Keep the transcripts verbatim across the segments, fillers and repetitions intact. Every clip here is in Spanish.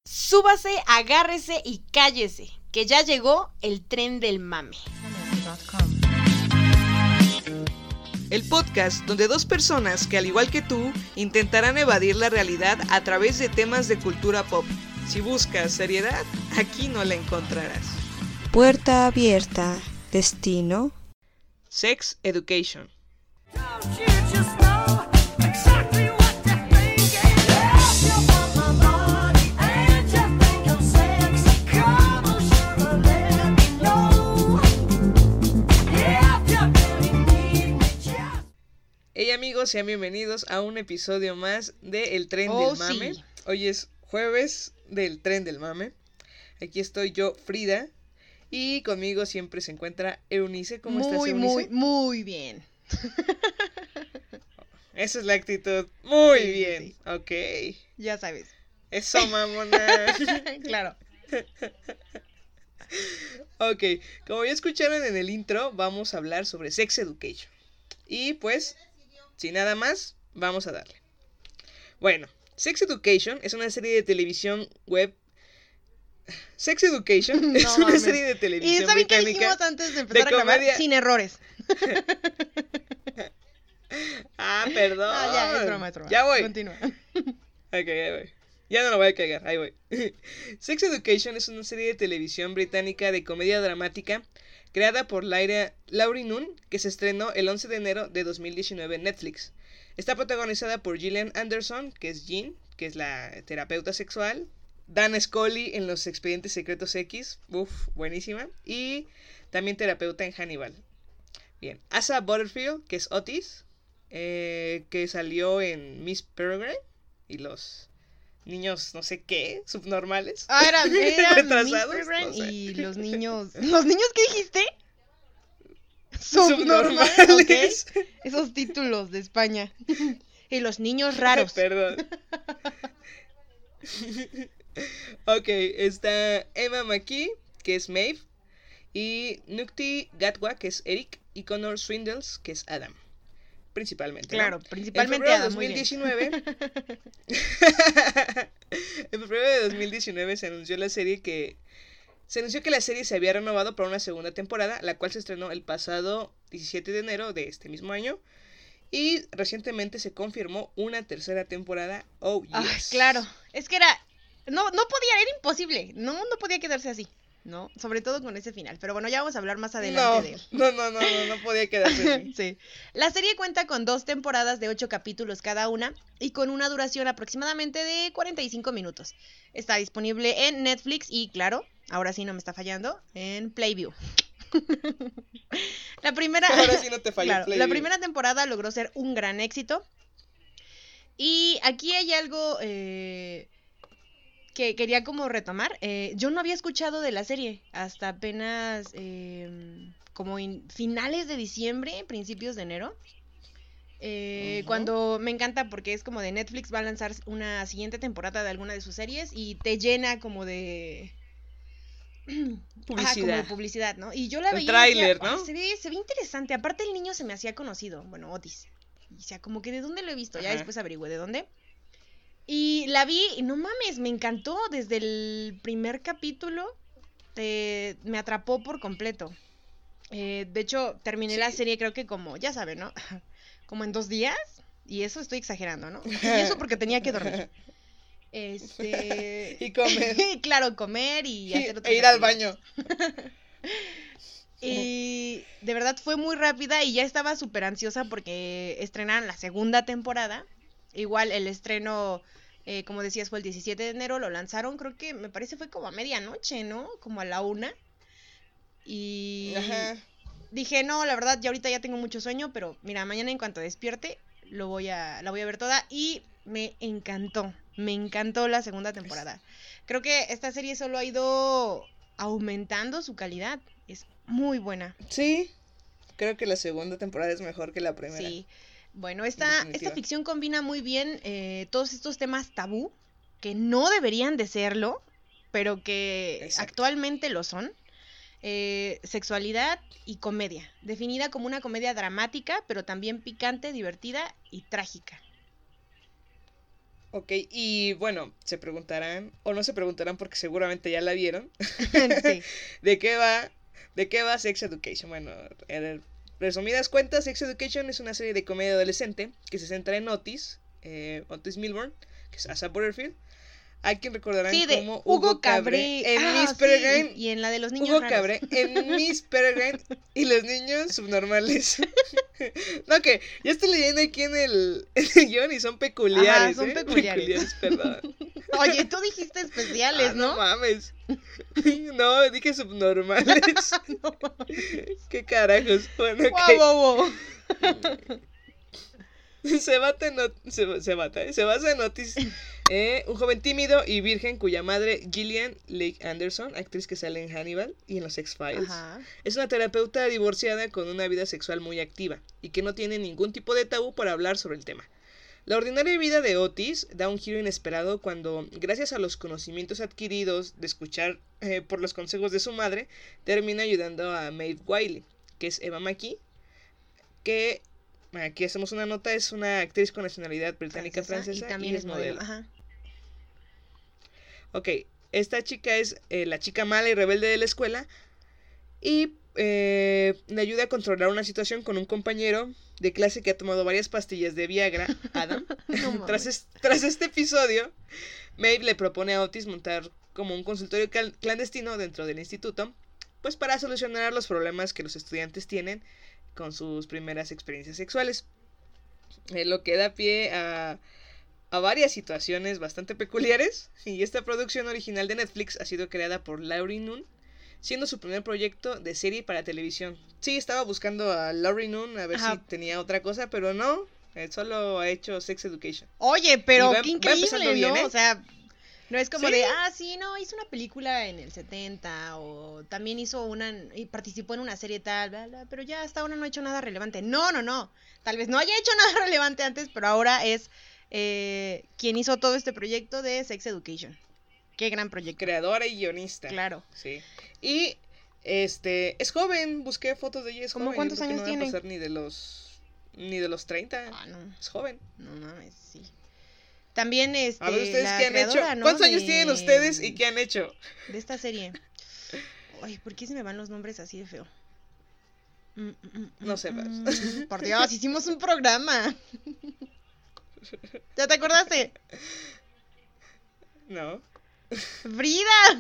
Súbase, agárrese y cállese, que ya llegó el tren del mame. El podcast donde dos personas que, al igual que tú, intentarán evadir la realidad a través de temas de cultura pop. Si buscas seriedad, aquí no la encontrarás. Puerta abierta. Destino. Sex Education. Hey amigos, sean bienvenidos a un episodio más de El Tren Oh, del Mame. sí. Hoy es jueves del Tren del Mame. Aquí estoy yo, Frida, y conmigo siempre se encuentra Eunice. ¿Cómo estás, Muy, Eunice? muy, muy bien. Esa es la actitud. Muy Sí, bien. sí. Ok. Ya sabes. Eso, mamona. Claro. Ok, como ya escucharon en el intro, vamos a hablar sobre Sex Education. Y pues, sin nada más, vamos a darle. Bueno, Sex Education es una serie de televisión web. Sex Education No es una mames. serie de ¿Y televisión saben qué británica. dijimos antes de empezar de a grabar? comedia. Sin errores. Ah, perdón. Ah, ya, es broma, es broma. Ya voy. Continúa. Ok, ahí voy. Ya no lo voy a cagar, ahí voy. Sex Education es una serie de televisión británica de comedia dramática creada por Laura, Laurie Nunn, que se estrenó el once de enero de dos mil diecinueve en Netflix. Está protagonizada por Gillian Anderson, que es Jean, que es la terapeuta sexual, Dan Scully en Los Expedientes Secretos X, uff, buenísima, y también terapeuta en Hannibal. Bien, Asa Butterfield, que es Otis, eh, que salió en Miss Peregrine y los niños no sé qué, subnormales. Ah, era, era retrasados, Miss Peregrine no sé. y los niños. ¿Los niños qué dijiste? Subnormales. Subnormales, ok. Esos títulos de España. Y los niños raros. Perdón. Ok, está Emma McKee, que es Maeve, y Nukti Gatwa, que es Eric, y Connor Swindles, que es Adam. Principalmente, ¿no? Claro, principalmente en Adam, muy febrero de bien. dos mil diecinueve En febrero de dos mil diecinueve se anunció la serie que se anunció que la serie se había renovado para una segunda temporada, la cual se estrenó el pasado diecisiete de enero de este mismo año, y recientemente se confirmó una tercera temporada. Oh, yes. Ah, claro, es que era, no, no podía, era imposible, no, no podía quedarse así, ¿no? Sobre todo con ese final, pero bueno, ya vamos a hablar más adelante No, de él. no, no, no, no, no podía quedarse así. Sí. La serie cuenta con dos temporadas de ocho capítulos cada una y con una duración aproximadamente de cuarenta y cinco minutos. Está disponible en Netflix y, claro, ahora sí no me está fallando, en Playview. La primera, Ahora sí no te falló claro, Playview. la primera temporada logró ser un gran éxito. Y aquí hay algo eh, que quería como retomar. Eh, yo no había escuchado de la serie hasta apenas eh, como en finales de diciembre, principios de enero. Eh, Ujú. Cuando me encanta porque es como de Netflix va a lanzar una siguiente temporada de alguna de sus series y te llena como de Ajá, como de Publicidad. publicidad, ¿no? Y yo la El veía y tráiler, decía, ¿no? "Ah, se ve, se ve interesante". Aparte el niño se me hacía conocido, bueno, Otis. Y decía, como que de dónde lo he visto, ya Ajá. después averigüé de dónde. Y la vi y no mames, me encantó desde el primer capítulo, eh, me atrapó por completo. Eh, de hecho, terminé Sí. la serie creo que como, ya saben, ¿no? Como en dos días, y eso estoy exagerando, ¿no? Y eso porque tenía que dormir. Este... Y comer. Claro, comer y hacer Y- otras e ir al actividades. baño. Y de verdad fue muy rápida y ya estaba súper ansiosa porque estrenaron la segunda temporada. Igual el estreno, eh, como decías, fue el diecisiete de enero, lo lanzaron, creo que me parece fue como a medianoche, ¿no? Como a la una. Y Ajá. dije, no, la verdad, ya ahorita ya tengo mucho sueño, pero mira, mañana en cuanto despierte, lo voy a, la voy a ver toda y me encantó, me encantó la segunda temporada. Creo que esta serie solo ha ido aumentando su calidad, es muy buena. Sí, creo que la segunda temporada es mejor que la primera. Sí, bueno, esta, Definitiva. esta ficción combina muy bien eh, todos estos temas tabú, que no deberían de serlo, pero que Exacto. actualmente lo son. Eh, sexualidad y comedia, definida como una comedia dramática, pero también picante, divertida y trágica. Ok, y bueno, se preguntarán, o no se preguntarán porque seguramente ya la vieron, Sí. ¿de qué va, de qué va Sex Education? Bueno, en resumidas cuentas, Sex Education es una serie de comedia adolescente que se centra en Otis, eh, Otis Milburn, que es Asa Butterfield, a quien recordarán Sí, de como Hugo Hugo Cabré Cabré. en Ah, Miss sí, Peregrine. y, y en la de los niños Hugo raros. Cabré en Miss Peregrine y los niños subnormales. No, que ya estoy leyendo aquí en el, en el guión y son peculiares. Ajá, son ¿eh? peculiares. Perdón. Oye, tú dijiste especiales, Ah, ¿no? no mames. No, dije subnormales. No mames. ¿Qué carajos? Bueno, Wow, ok. wow, wow. Se bata en Ot- se, se bata, ¿eh? Se basa en Otis, eh, un joven tímido y virgen cuya madre, Gillian Lake Anderson, actriz que sale en Hannibal y en los X-Files, Ajá. es una terapeuta divorciada con una vida sexual muy activa y que no tiene ningún tipo de tabú para hablar sobre el tema. La ordinaria vida de Otis da un giro inesperado cuando, gracias a los conocimientos adquiridos de escuchar eh, por los consejos de su madre, termina ayudando a Maeve Wiley, que es Eva McKee, que... Aquí hacemos una nota, es una actriz con nacionalidad británica francesa, y también y es modelo. Ajá. Ok, esta chica es eh, la chica mala y rebelde de la escuela y eh, le ayuda a controlar una situación con un compañero de clase que ha tomado varias pastillas de Viagra, Adam. No tras, mames. es- tras este episodio, Maeve le propone a Otis montar como un consultorio cal- clandestino dentro del instituto, pues para solucionar los problemas que los estudiantes tienen con sus primeras experiencias sexuales. Eh, lo que da pie a, a varias situaciones bastante peculiares. Y esta producción original de Netflix ha sido creada por Laurie Noon, siendo su primer proyecto de serie para televisión. Sí, estaba buscando a Laurie Noon a ver Ajá. si tenía otra cosa, pero no, eh, solo ha hecho Sex Education. Oye, pero Y va- qué va empezando increíble, ¿no? bien, ¿eh? O sea, no es como Sí. de, ah, sí, no, hizo una película en el setenta o también hizo una, y participó en una serie tal, bla, bla, pero ya hasta ahora no ha hecho nada relevante. No, no, no. Tal vez no haya hecho nada relevante antes, pero ahora es eh, quien hizo todo este proyecto de Sex Education. Qué gran proyecto. Creadora y guionista. Claro. Sí. Y este es joven, busqué fotos de ella, es ¿Cómo joven. cuántos yo creo que años no va a tiene? pasar ni de los ni de los treinta. Ah, no, Es joven. no mames, sí. También este, A ver ustedes la qué han hecho. creadora, ¿no? ¿Cuántos años de- tienen ustedes y qué han hecho? De esta serie. Ay, ¿por qué se me van los nombres así de feo? Mm, mm, mm, No sepas. mm, Por Dios, hicimos un programa. ¿Ya te acordaste? No. ¡Frida!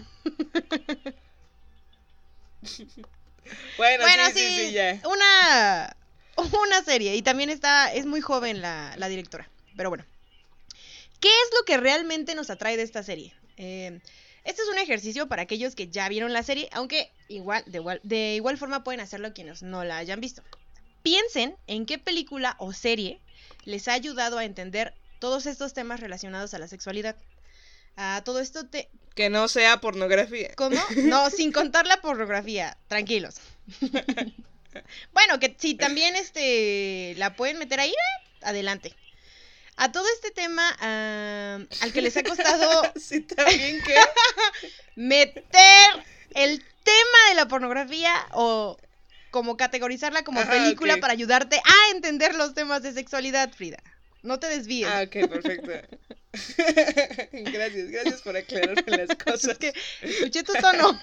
Bueno, Bueno, sí, sí, sí, sí, ya. una una serie y también está es muy joven la, la directora, pero bueno. ¿Qué es lo que realmente nos atrae de esta serie? Eh, este es un ejercicio para aquellos que ya vieron la serie, aunque igual de, igual de igual forma pueden hacerlo quienes no la hayan visto. Piensen en qué película o serie les ha ayudado a entender todos estos temas relacionados a la sexualidad. A todo esto te... Que no sea pornografía. ¿Cómo? No, sin contar la pornografía, tranquilos. Bueno, que si también este la pueden meter ahí, eh, adelante. A todo este tema ah, al que les ha costado Sí, también que. meter el tema de la pornografía o como categorizarla como Ajá, película ok. para ayudarte a entender los temas de sexualidad, Frida. No te desvíes. Ah, ok, perfecto. Gracias, gracias por aclararme las cosas. Es que escuché tu tono.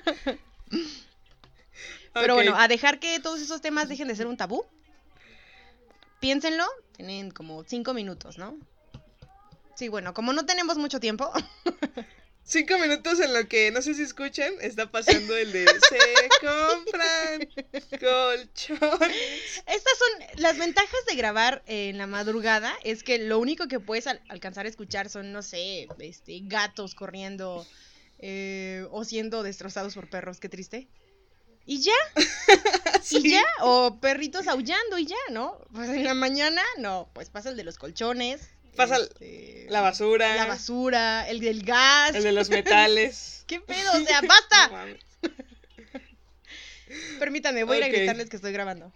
Pero Ok. bueno, a dejar que todos esos temas dejen de ser un tabú. Piénsenlo, tienen como cinco minutos, ¿no? Sí, bueno, como no tenemos mucho tiempo. Cinco minutos en lo que, no sé si escuchan, está pasando el de se compran colchones. Estas son las ventajas de grabar en la madrugada, es que lo único que puedes al- alcanzar a escuchar son, no sé, este, gatos corriendo eh, o siendo destrozados por perros, qué triste. Y ya, Sí. y ya, o perritos aullando y ya, ¿no? Pues en la mañana, no, pues pasa el de los colchones. Pasa el- este, La basura. La basura, el del gas. El de los metales. ¿Qué pedo? O sea, No ¡basta! mames. Permítanme, voy a ir Ok. a gritarles que estoy grabando.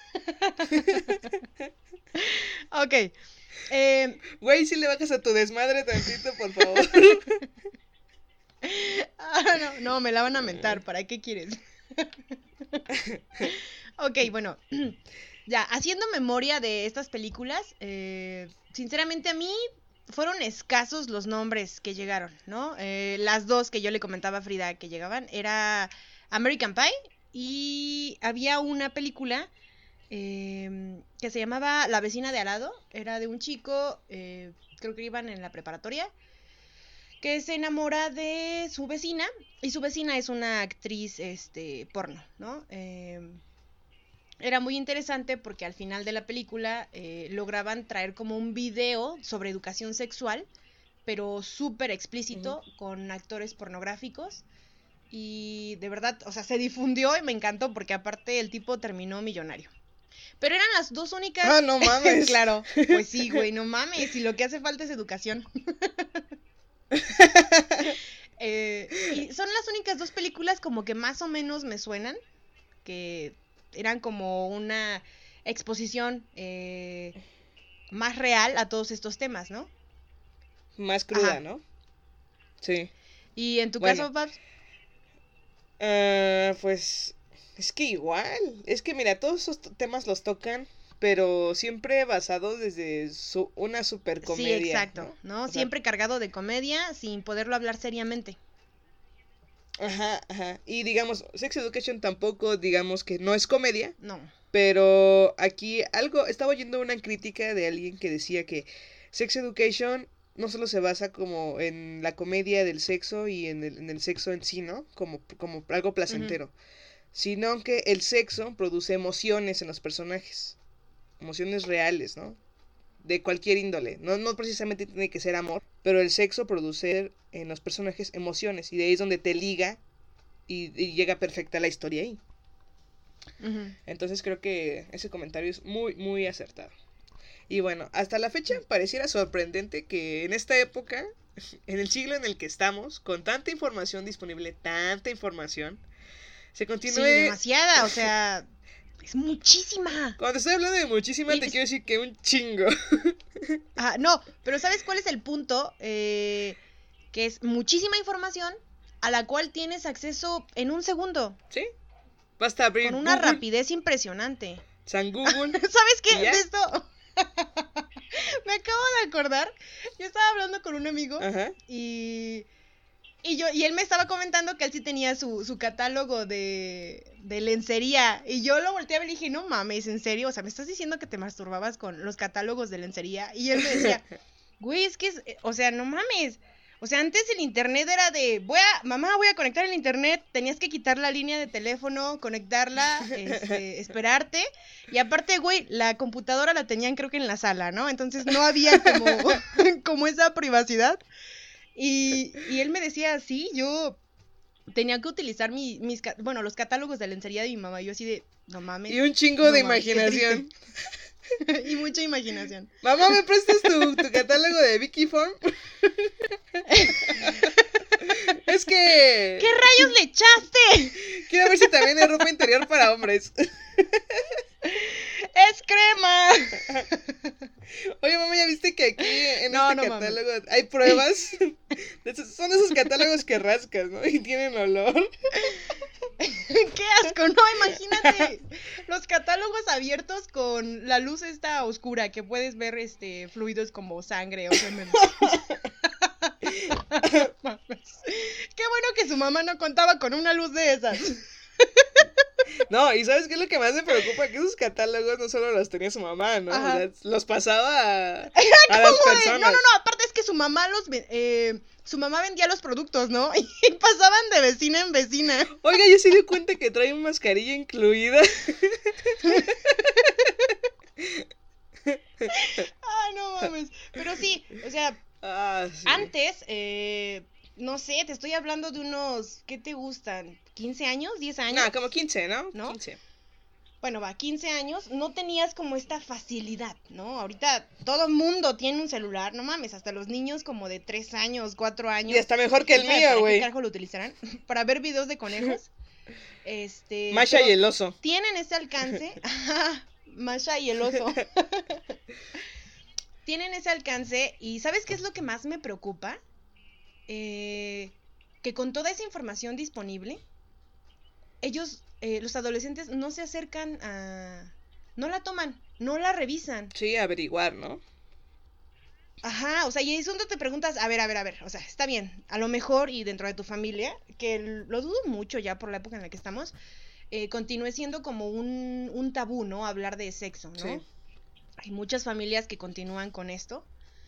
Ok. Eh, Güey, si le bajas a tu desmadre tantito, por favor. ah, no, no, me la van a mentar. ¿Para qué quieres? Ok, bueno. Ya, haciendo memoria de estas películas, eh, sinceramente a mí fueron escasos los nombres que llegaron, ¿no? Eh, las dos que yo le comentaba a Frida que llegaban era American Pie y había una película eh, que se llamaba La vecina de al lado. Era de un chico, eh, creo que iban en la preparatoria, que se enamora de su vecina, y su vecina es una actriz este, porno, ¿no? Eh, era muy interesante porque al final de la película eh, lograban traer como un video sobre educación sexual, pero súper explícito, uh-huh. con actores pornográficos, y de verdad, o sea, se difundió y me encantó porque aparte el tipo terminó millonario. Pero eran las dos únicas... ¡Ah, no mames! Claro, pues sí, güey, no mames, y lo que hace falta es educación. eh, y son las únicas dos películas como que más o menos me suenan, que eran como una exposición eh, más real a todos estos temas, ¿no? Más cruda, Ajá. ¿no? Sí. ¿Y en tu bueno, caso, Babs? Uh, pues es que igual, es que mira, todos esos temas los tocan, pero siempre basado desde su, una super comedia. Sí, exacto, ¿no? ¿no? Siempre sea, cargado de comedia sin poderlo hablar seriamente. Ajá, ajá. Y digamos, Sex Education tampoco, digamos que no es comedia. No. Pero aquí algo, estaba oyendo una crítica de alguien que decía que Sex Education no solo se basa como en la comedia del sexo y en el, en el sexo en sí, ¿no? Como, como algo placentero. Uh-huh. Sino que el sexo produce emociones en los personajes. Emociones reales, ¿no? De cualquier índole. No, no precisamente tiene que ser amor, pero el sexo produce en los personajes emociones. Y de ahí es donde te liga y, y llega perfecta la historia ahí. Uh-huh. Entonces creo que ese comentario es muy, muy acertado. Y bueno, hasta la fecha pareciera sorprendente que en esta época, en el siglo en el que estamos, con tanta información disponible, tanta información, se continúe... Sí, demasiada, o sea... Es muchísima. Cuando te estoy hablando de muchísima, y te es... quiero decir que un chingo. Ah, no, pero ¿sabes cuál es el punto? Eh, que es muchísima información a la cual tienes acceso en un segundo. ¿Sí? Basta abrir con una Google, rapidez impresionante. San Google. ¿Sabes qué? De esto... Me acabo de acordar. Yo estaba hablando con un amigo. Ajá. y... Y yo y él me estaba comentando que él sí tenía su, su catálogo de, de lencería. Y yo lo volteé a ver y dije, no mames, ¿en serio? O sea, ¿me estás diciendo que te masturbabas con los catálogos de lencería? Y él me decía, güey, es que es... O sea, no mames. O sea, antes el internet era de, voy a, mamá, voy a conectar el internet. Tenías que quitar la línea de teléfono, conectarla, este, esperarte. Y aparte, güey, la computadora la tenían creo que en la sala, ¿no? Entonces no había como, como esa privacidad. Y, y él me decía, sí, yo tenía que utilizar mi, mis, bueno, los catálogos de lencería de mi mamá. Y yo así de, no mames. Y un chingo no de mames, imaginación. Y mucha imaginación. Mamá, ¿me prestas tu, tu catálogo de Vicky Form? Es que... ¿Qué rayos le echaste? Quiero ver si también hay ropa interior para hombres. ¡Es crema! Oye, mamá, ¿ya viste que aquí en no, este no, catálogo mames. hay pruebas? Son esos catálogos que rascas, ¿no? Y tienen olor. ¡Qué asco! No, imagínate los catálogos abiertos con la luz esta oscura que puedes ver este fluidos como sangre o semen. Qué bueno que su mamá no contaba con una luz de esas. No, y ¿sabes qué es lo que más me preocupa? Que esos catálogos no solo los tenía su mamá, ¿no? O sea, los pasaba a, a las personas. No, no, no, aparte es que su mamá los... Eh, su mamá vendía los productos, ¿no? Y pasaban de vecina en vecina. Oiga, ¿ya se dio cuenta que trae una mascarilla incluida? Ay, no mames. Pero sí, o sea, ah, sí. antes, eh, no sé, te estoy hablando de unos, ¿qué te gustan? ¿quince años? ¿diez años? No, como quince, ¿no? ¿No? quince. Bueno, va, quince años, no tenías como esta facilidad, ¿no? Ahorita todo el mundo tiene un celular, no mames, hasta los niños como de tres años, cuatro años. Y está mejor que el mío, güey. ¿Qué carajo lo utilizarán? Para ver videos de conejos. Este... Masha y el oso. Tienen ese alcance. Masha y el oso. Tienen ese alcance y ¿sabes qué es lo que más me preocupa? Eh, que con toda esa información disponible, ellos... Eh, los adolescentes no se acercan a... No la toman, no la revisan. Sí, averiguar, ¿no? Ajá, o sea, y es donde te preguntas, a ver, a ver, a ver, o sea, está bien, a lo mejor y dentro de tu familia, que l- lo dudo mucho ya por la época en la que estamos, eh, continúe siendo como un, un tabú, ¿no? Hablar de sexo, Sí. ¿no? Hay muchas familias que continúan con esto,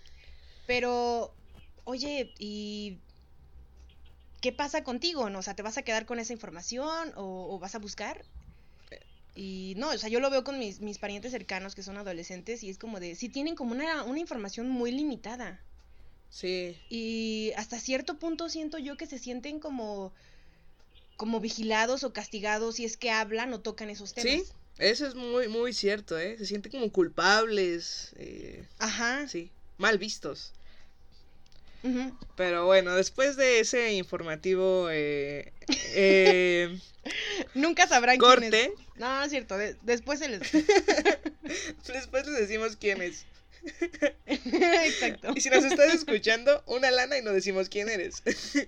pero, oye, ¿y qué pasa contigo? ¿No? O sea, ¿te vas a quedar con esa información o, o vas a buscar? Y no, o sea, yo lo veo con mis, mis parientes cercanos que son adolescentes y es como de, sí tienen como una, una información muy limitada. Sí. Y hasta cierto punto siento yo que se sienten como, como vigilados o castigados si es que hablan o tocan esos temas. Sí, eso es muy, muy cierto, ¿eh? Se sienten como culpables, eh, Ajá. sí, mal vistos. Ujú. Pero bueno, después de ese informativo eh, eh, Nunca sabrán quién corte, es. No, no es cierto. de- después se les... después les decimos quién es. Exacto. Y si nos estás escuchando, una lana y no decimos quién eres.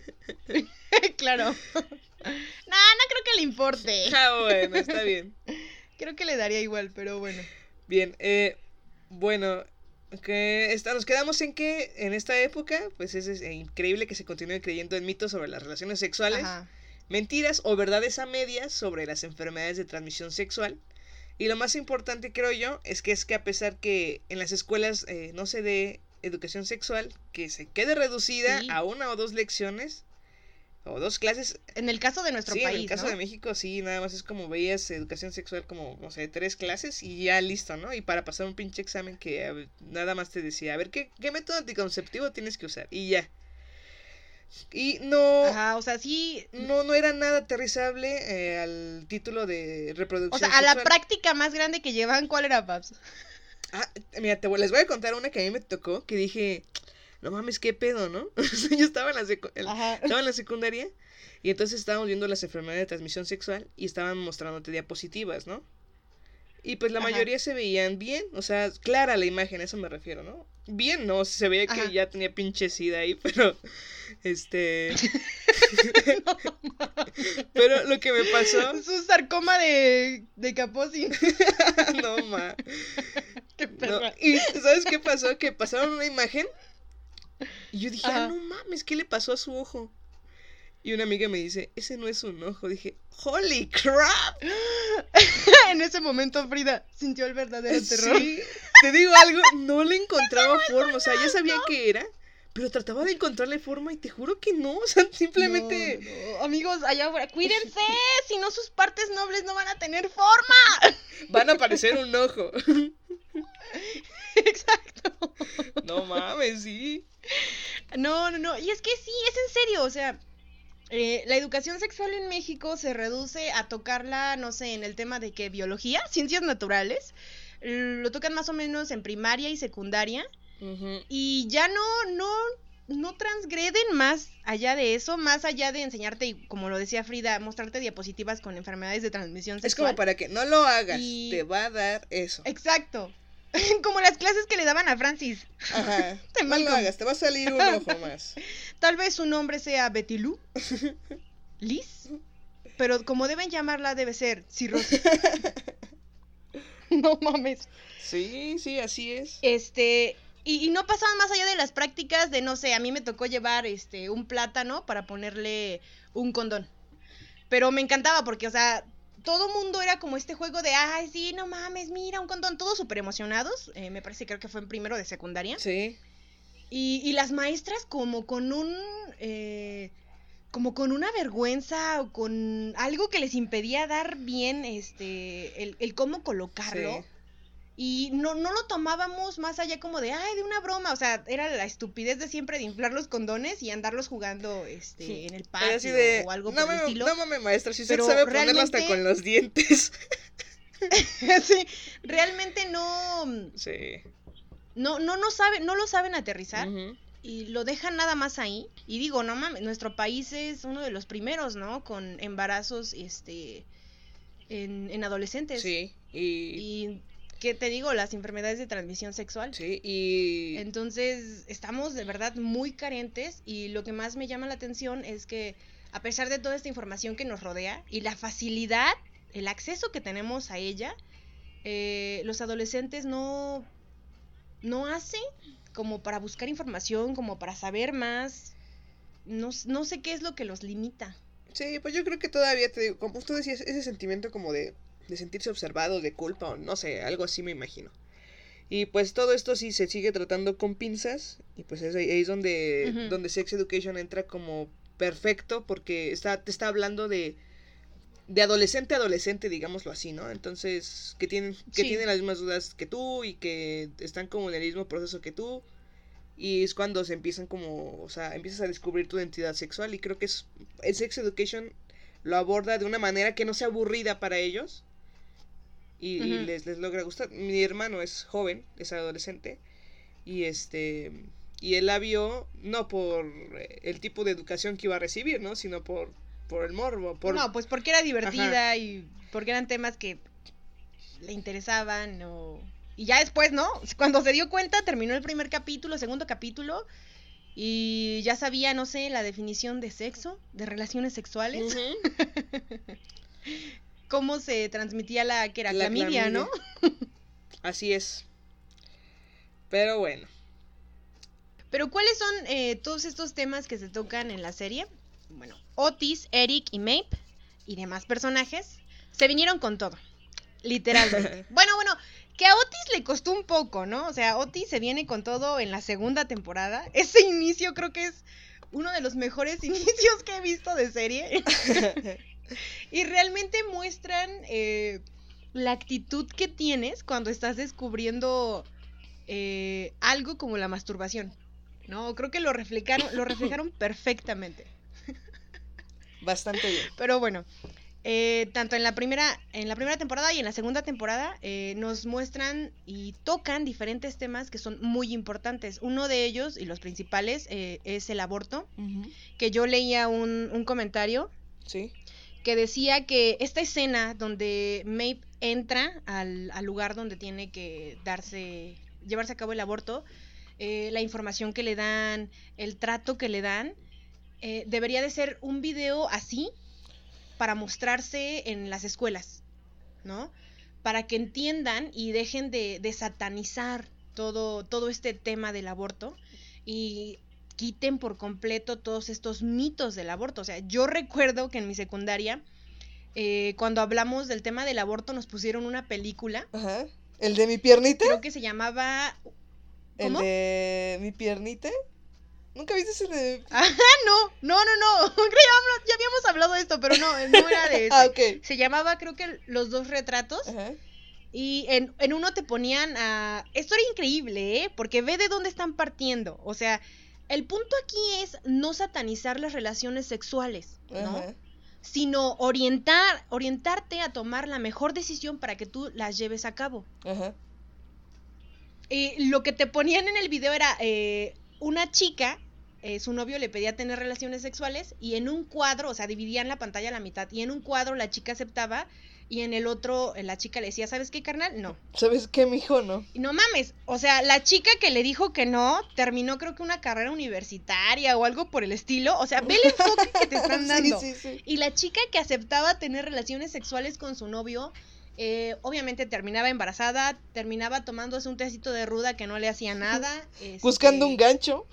Claro. No, no creo que le importe. Ah, bueno, está bien. Creo que le daría igual, pero bueno. Bien, eh, bueno, que está, nos quedamos en que en esta época, pues es, es increíble que se continúe creyendo en mitos sobre las relaciones sexuales, Ajá. mentiras o verdades a medias sobre las enfermedades de transmisión sexual. Y lo más importante, creo yo, es que es que a pesar que en las escuelas eh, no se dé educación sexual, que se quede reducida Sí. a una o dos lecciones o dos clases. En el caso de nuestro Sí, país, en el caso ¿no? de México sí, nada más es como veías educación sexual como, no sé, tres clases y ya listo, ¿no? Y para pasar un pinche examen que a ver, nada más te decía, a ver, ¿qué, qué método anticonceptivo tienes que usar? Y ya. Y no, Ajá, o sea, sí. no, no era nada aterrizable eh, al título de O reproducción sea, a la sexual. práctica más grande que llevan, ¿cuál era, Paps? Ah, mira, te, voy- les voy a contar una que a mí me tocó, que dije, no mames, qué pedo, ¿no? O sea, yo estaba en, la secu- en- Ajá. estaba en la secundaria y entonces estábamos viendo las enfermedades de transmisión sexual y estaban mostrándote diapositivas, ¿no? Y pues la Ajá. mayoría se veían bien, o sea, clara la imagen, a eso me refiero, ¿no? Bien, no, se veía que Ajá. ya tenía pinche sida ahí, pero, este... Pero lo que me pasó... Su sarcoma de, de Kaposi. No, ma. Qué No, perra. y ¿sabes qué pasó? Que pasaron una imagen y yo dije, Ajá. ah, no mames, ¿qué le pasó a su ojo? Y una amiga me dice, ese no es un ojo. Dije, holy crap. En ese momento Frida sintió el verdadero terror. Sí, te digo algo, no le encontraba forma, o sea, ya sabía qué era, pero trataba de encontrarle forma y te juro que no, o sea, simplemente... No, no, no. Amigos, allá afuera, cuídense, si no sus partes nobles no van a tener forma. Van a aparecer un ojo. Exacto. No mames, sí. No, no, no, y es que sí, es en serio, o sea, eh, la educación sexual en México se reduce a tocarla, no sé, en el tema de que biología, ciencias naturales, lo tocan más o menos en primaria y secundaria, Ujú. y ya no, no, no transgreden más allá de eso, más allá de enseñarte, y como lo decía Frida, mostrarte diapositivas con enfermedades de transmisión Es sexual. como para que no lo hagas, Y- te va a dar eso. Exacto. Como las clases que le daban a Francis. Ajá, Te no lo manco. hagas, te va a salir un ojo más. Tal vez su nombre sea Betty Lou. Liz. Pero como deben llamarla debe ser cirrosis. No mames. Sí, sí, así es. Este, y, y no pasaban más allá de las prácticas de, no sé, a mí me tocó llevar este un plátano para ponerle un condón. Pero me encantaba porque, o sea, todo mundo era como este juego de, ay, sí, no mames, mira, un condón, todos súper emocionados. Eh, me parece, creo que fue en primero de secundaria. Sí. Y, y las maestras como con un... eh, como con una vergüenza o con algo que les impedía dar bien este el, el cómo colocarlo. Sí. Y no, no lo tomábamos más allá como de, ay, de una broma. O sea, era la estupidez de siempre de inflar los condones y andarlos jugando este en el Pero patio así de, o algo no por el me, estilo. no mames, maestra, si usted Pero sabe ponerlo hasta realmente- con los dientes. Sí, realmente no, Sí. no, no, no sabe, no lo saben aterrizar. Ujú. Y lo dejan nada más ahí. Y digo, no mames, nuestro país es uno de los primeros, ¿no? Con embarazos, este, en, en adolescentes. Sí, y... Y, ¿qué te digo? Las enfermedades de transmisión sexual. Sí, y... Entonces, estamos de verdad muy carentes. Y lo que más me llama la atención es que, a pesar de toda esta información que nos rodea y la facilidad, el acceso que tenemos a ella, eh, los adolescentes no, no hacen como para buscar información, como para saber más. No, no sé qué es lo que los limita. Sí, pues yo creo que todavía, te digo, como tú decías, ese sentimiento como de, de sentirse observado, de culpa o no sé, algo así me imagino. Y pues todo esto sí se sigue tratando con pinzas y pues es ahí, ahí es donde, uh-huh. donde Sex Education entra como perfecto porque está, te está hablando de, de adolescente a adolescente, digámoslo así, ¿no? Entonces, que tienen, que sí. tienen las mismas dudas que tú y que están como en el mismo proceso que tú. Y es cuando se empiezan como, o sea, empiezas a descubrir tu identidad sexual y creo que es, el Sex Education lo aborda de una manera que no sea aburrida para ellos y, uh-huh. y les, les logra gustar. Mi hermano es joven, es adolescente y este y él la vio no por el tipo de educación que iba a recibir, ¿no? Sino por, por el morbo. Por... No, pues porque era divertida Ajá. y porque eran temas que le interesaban o... Y ya después, ¿no? Cuando se dio cuenta, terminó el primer capítulo, segundo capítulo, y ya sabía, no sé, la definición de sexo, de relaciones sexuales. Uh-huh. Cómo se transmitía la que era la clamidia, clamidia, ¿no? Así es. Pero bueno. Pero ¿cuáles son eh, todos estos temas que se tocan en la serie? Bueno, Otis, Eric y Maeve y demás personajes se vinieron con todo, literalmente. bueno, bueno... Que a Otis le costó un poco, ¿no? O sea, Otis se viene con todo en la segunda temporada. Ese inicio creo que es uno de los mejores inicios que he visto de serie. Y realmente muestran eh, la actitud que tienes cuando estás descubriendo eh, algo como la masturbación, ¿no? Creo que lo reflejaron, lo reflejaron perfectamente. Bastante bien. Pero bueno... Eh, tanto en la primera en la primera temporada y en la segunda temporada eh, nos muestran y tocan diferentes temas que son muy importantes. Uno de ellos, y los principales, eh, es el aborto, uh-huh. que yo leía un, un comentario ¿Sí? que decía que esta escena donde Maeve entra al, al lugar donde tiene que darse llevarse a cabo el aborto, eh, la información que le dan, el trato que le dan, eh, debería de ser un video así para mostrarse en las escuelas, ¿no? Para que entiendan y dejen de, de satanizar todo, todo este tema del aborto y quiten por completo todos estos mitos del aborto. O sea, yo recuerdo que en mi secundaria, eh, cuando hablamos del tema del aborto, nos pusieron una película. Ajá. ¿El de mi piernita? Creo que se llamaba... ¿Cómo? ¿El de mi piernita? ¿Nunca viste ese de...? Ajá, no, no, no, no, creo que ya habíamos hablado de esto, pero no, no era de eso. Ah, ok. Se llamaba, creo que, Los dos retratos. Ajá. Y en, en uno te ponían a... Esto era increíble, ¿eh? Porque ve de dónde están partiendo. O sea, el punto aquí es no satanizar las relaciones sexuales, ¿no? Ajá. Sino orientar, orientarte a tomar la mejor decisión para que tú las lleves a cabo. Ajá. Y lo que te ponían en el video era... Eh, una chica, eh, su novio le pedía tener relaciones sexuales y en un cuadro, o sea, dividían la pantalla a la mitad y en un cuadro la chica aceptaba y en el otro la chica le decía, ¿sabes qué, carnal? No. ¿Sabes qué, mijo? No. Y no mames, o sea, la chica que le dijo que no, terminó creo que una carrera universitaria o algo por el estilo, o sea, ve el enfoque que te están dando. Sí, sí, sí. Y la chica que aceptaba tener relaciones sexuales con su novio... Eh, obviamente terminaba embarazada, terminaba tomándose un tecito de ruda que no le hacía nada. Este... Buscando un gancho.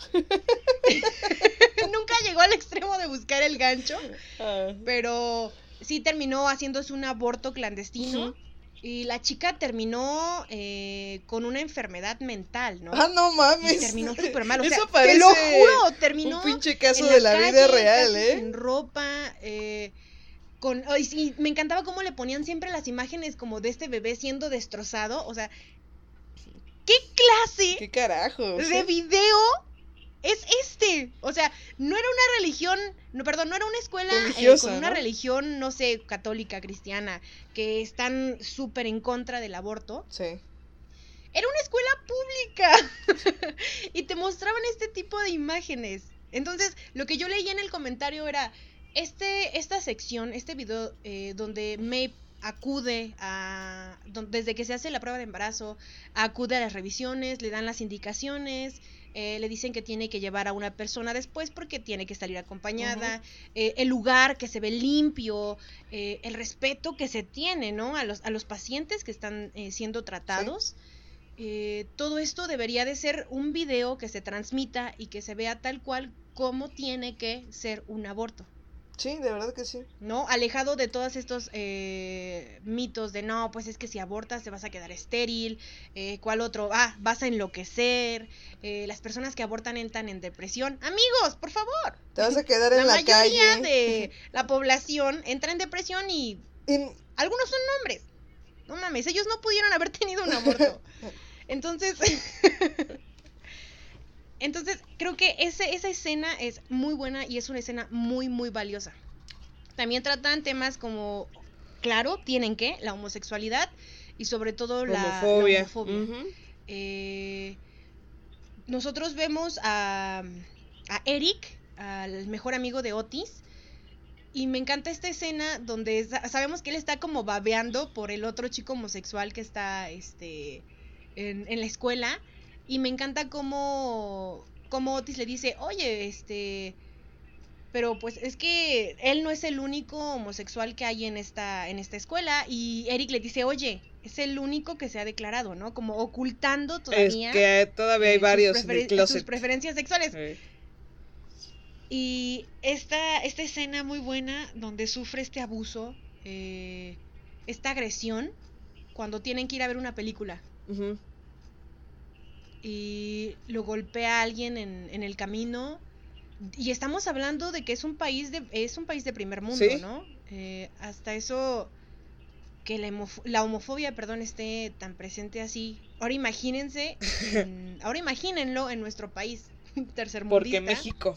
Nunca llegó al extremo de buscar el gancho, uh. pero sí terminó haciéndose un aborto clandestino. Uh-huh. Y la chica terminó eh, con una enfermedad mental, ¿no? Ah, no mames. Y terminó súper mal, o Eso sea, parece te lo juro, terminó un pinche caso en de la, la calle, vida real, ¿eh? Sin ropa, eh... Con, oh, y, y me encantaba cómo le ponían siempre las imágenes como de este bebé siendo destrozado. O sea, ¿qué clase ¿Qué carajo? de ¿sí? video es este? O sea, no era una religión, no, perdón, no era una escuela eh, con una ¿no? religión, no sé, católica, cristiana, que están súper en contra del aborto. Sí. Era una escuela pública. Y te mostraban este tipo de imágenes. Entonces, lo que yo leía en el comentario era... Este, esta sección, este video eh, donde Maeve acude a, don, desde que se hace la prueba de embarazo, acude a las revisiones, le dan las indicaciones, eh, le dicen que tiene que llevar a una persona después porque tiene que salir acompañada, uh-huh. eh, el lugar que se ve limpio, eh, el respeto que se tiene, ¿no? A los, a los pacientes que están eh, siendo tratados. Sí. eh, todo esto debería de ser un video que se transmita y que se vea tal cual como tiene que ser un aborto. Sí, de verdad que sí. ¿No? Alejado de todos estos eh, mitos de no, pues es que si abortas te vas a quedar estéril, eh, ¿cuál otro? Ah, vas a enloquecer, eh, las personas que abortan entran en depresión. Amigos, por favor. Te vas a quedar en la, la calle. La mayoría de la población entra en depresión y en... algunos son hombres. No mames, ellos no pudieron haber tenido un aborto. Entonces... Entonces, creo que ese, esa escena es muy buena y es una escena muy, muy valiosa. También tratan temas como, claro, tienen que, la homosexualidad y sobre todo la homofobia. La homofobia. Uh-huh. eh, nosotros vemos a, a Eric, al mejor amigo de Otis, y me encanta esta escena donde sabemos que él está como babeando por el otro chico homosexual que está este, en, en la escuela. Y me encanta cómo, cómo Otis le dice, oye, este, pero pues es que él no es el único homosexual que hay en esta, en esta escuela. Y Eric le dice, oye, es el único que se ha declarado, ¿no? Como ocultando todavía. Es que todavía hay eh, varios sus, prefer- en el closet. sus preferencias sexuales. Sí. Y esta, esta escena muy buena donde sufre este abuso, eh, esta agresión, cuando tienen que ir a ver una película. Uh-huh. Y lo golpea a alguien en, en el camino, y estamos hablando de que es un país de es un país de primer mundo, ¿sí? ¿No? Eh, hasta eso, que la, homof- la homofobia, perdón, esté tan presente así. Ahora imagínense, en, ahora imagínenlo en nuestro país tercermundista. Porque México.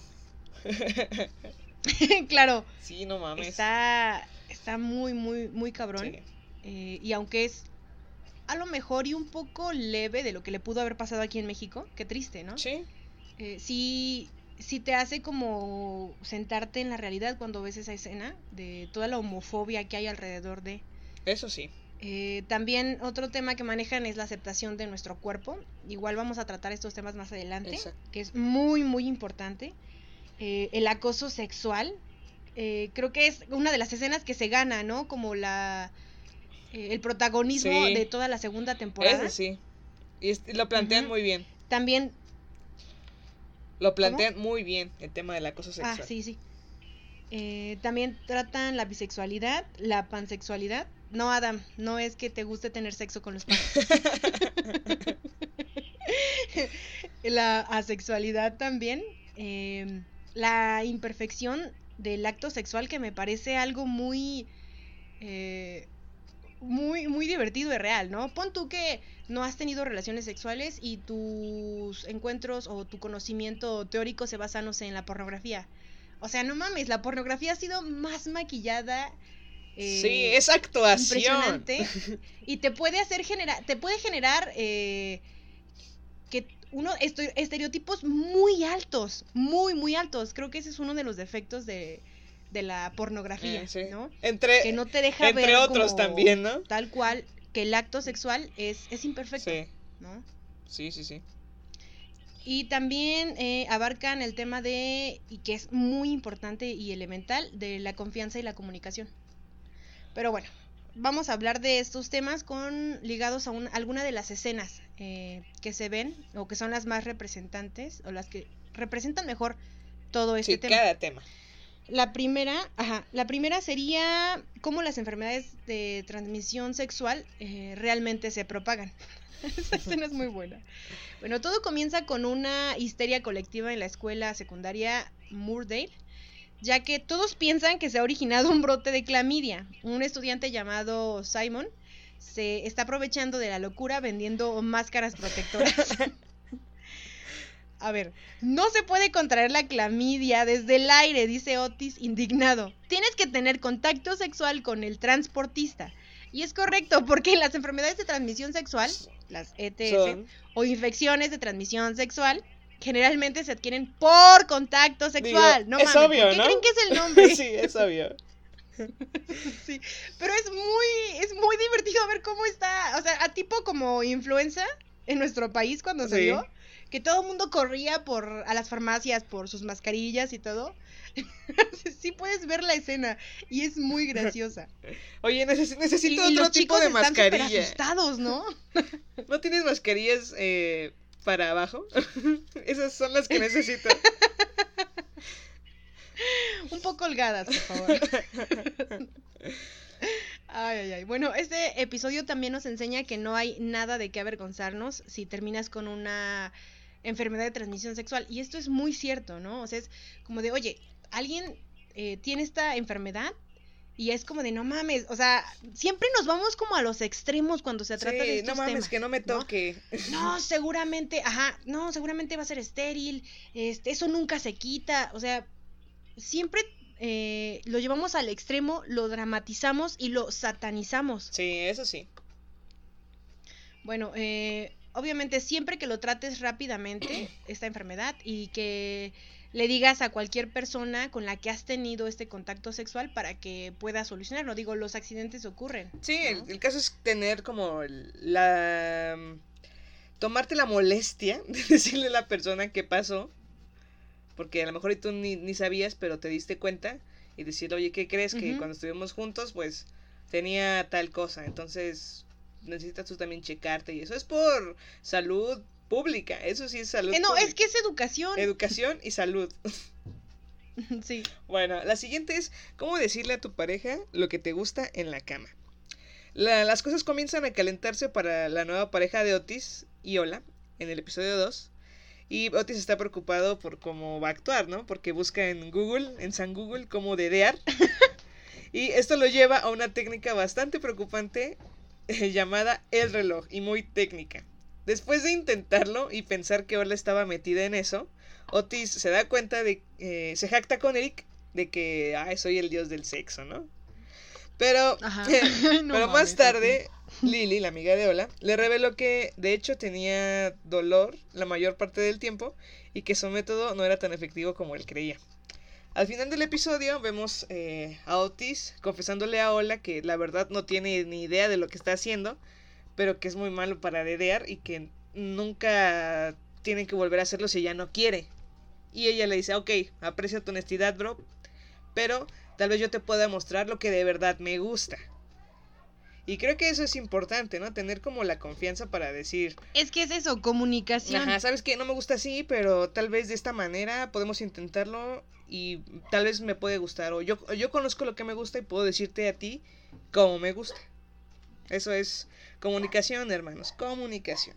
Claro. Sí, no mames. Está, está muy, muy, muy cabrón. Sí. Eh, y aunque es a lo mejor y un poco leve de lo que le pudo haber pasado aquí en México, qué triste, ¿no? Sí. Eh, sí, sí te hace como sentarte en la realidad cuando ves esa escena de toda la homofobia que hay alrededor de... Eso sí. Eh, también otro tema que manejan es la aceptación de nuestro cuerpo. Igual vamos a tratar estos temas más adelante. Exacto. Que es muy, muy importante. Eh, el acoso sexual. Eh, creo que es una de las escenas que se gana, ¿no? Como la... el protagonismo sí. de toda la segunda temporada. Ese sí. Y lo plantean uh-huh. muy bien. También. Lo plantean ¿Cómo? Muy bien, el tema del acoso sexual. Ah, sí, sí. Eh, también tratan la bisexualidad, la pansexualidad. No, Adam, no es que te guste tener sexo con los panes. La asexualidad también. Eh, la imperfección del acto sexual, que me parece algo muy... Eh, muy muy divertido y real, ¿no? Pon tú que no has tenido relaciones sexuales y tus encuentros o tu conocimiento teórico se basa, no sé, en la pornografía. O sea, no mames, la pornografía ha sido más maquillada. Eh, sí, es actuación. Impresionante. Y te puede hacer generar, te puede generar eh, que uno estereotipos muy altos, muy muy altos. Creo que ese es uno de los defectos de de la pornografía, eh, sí. ¿no? Entre, que no te deja entre ver otros como también, ¿no? Tal cual, que el acto sexual es, es imperfecto, sí. ¿no? Sí, sí, sí. Y también eh, abarcan el tema de, y que es muy importante y elemental, de la confianza y la comunicación. Pero bueno, vamos a hablar de estos temas con ligados a un, alguna de las escenas eh, que se ven, o que son las más representantes, o las que representan mejor todo este sí, tema. cada tema. La primera, ajá, la primera sería cómo las enfermedades de transmisión sexual eh, realmente se propagan. Esa escena es muy buena. Bueno, todo comienza con una histeria colectiva en la escuela secundaria Moordale, ya que todos piensan que se ha originado un brote de clamidia. Un estudiante llamado Simon se está aprovechando de la locura vendiendo máscaras protectoras. A ver, no se puede contraer la clamidia desde el aire, dice Otis indignado. Tienes que tener contacto sexual con el transportista. Y es correcto, porque las enfermedades de transmisión sexual, las E T S, Son... o infecciones de transmisión sexual, generalmente se adquieren por contacto sexual. Digo, no es mames, obvio, ¿por qué ¿no? creen que es el nombre? Sí, es obvio. Sí, pero es muy, es muy divertido ver cómo está, o sea, a tipo como influenza en nuestro país cuando sí. salió. que todo el mundo corría por a las farmacias por sus mascarillas y todo. Sí puedes ver la escena y es muy graciosa. Oye, neces- necesito y, y otro los tipo chicos de están súper mascarilla. asustados, ¿no? ¿No tienes mascarillas eh, para abajo? Esas son las que necesito. Un poco holgadas, por favor. Ay, ay, ay. Bueno, este episodio también nos enseña que no hay nada de qué avergonzarnos si terminas con una enfermedad de transmisión sexual. Y esto es muy cierto, ¿no? O sea, es como de, oye, alguien eh, tiene esta enfermedad y es como de, no mames, o sea, siempre nos vamos como a los extremos cuando se trata Sí, de estos no mames, temas, que no me ¿no? toque. No, seguramente, ajá, no, seguramente va a ser estéril, este, eso nunca se quita, o sea, siempre eh, lo llevamos al extremo, lo dramatizamos y lo satanizamos. Sí, eso sí. Bueno, eh, obviamente siempre que lo trates rápidamente, esta enfermedad, y que le digas a cualquier persona con la que has tenido este contacto sexual para que pueda solucionarlo. Digo, los accidentes ocurren. Sí, ¿no? el, el caso es tener como el- la... tomarte la molestia de decirle a la persona qué pasó. Porque a lo mejor y tú ni, ni sabías, pero te diste cuenta. Y decirle, oye, ¿qué crees? Que Ujú. cuando estuvimos juntos, pues tenía tal cosa. Entonces necesitas tú también checarte. Y eso es por salud pública. Eso sí es salud Eh, no, pública. es que es educación. Educación y salud. Sí. Bueno, la siguiente es cómo decirle a tu pareja lo que te gusta en la cama. La- las cosas comienzan a calentarse para la nueva pareja de Otis y Ola en el episodio dos. Y Otis está preocupado por cómo va a actuar, ¿no? Porque busca en Google, en San Google, cómo dedear. Y esto lo lleva a una técnica bastante preocupante eh, llamada el reloj y muy técnica. Después de intentarlo y pensar que Ola estaba metida en eso, Otis se da cuenta de... Eh, se jacta con Eric de que, ay, soy el dios del sexo, ¿no? Pero, Ajá. No pero mames, más tarde, Lily, la amiga de Ola, le reveló que de hecho tenía dolor la mayor parte del tiempo y que su método no era tan efectivo como él creía. Al final del episodio vemos eh, a Otis confesándole a Ola que la verdad no tiene ni idea de lo que está haciendo, pero que es muy malo para dedear y que nunca tienen que volver a hacerlo si ella no quiere. Y ella le dice, ok, aprecio tu honestidad, bro, pero tal vez yo te pueda mostrar lo que de verdad me gusta. Y creo que eso es importante, ¿no? Tener como la confianza para decir... Es que es eso, comunicación. Ajá, ¿sabes qué? No me gusta así, pero tal vez de esta manera podemos intentarlo y tal vez me puede gustar. O yo, yo conozco lo que me gusta y puedo decirte a ti cómo me gusta. Eso es comunicación, hermanos, comunicación.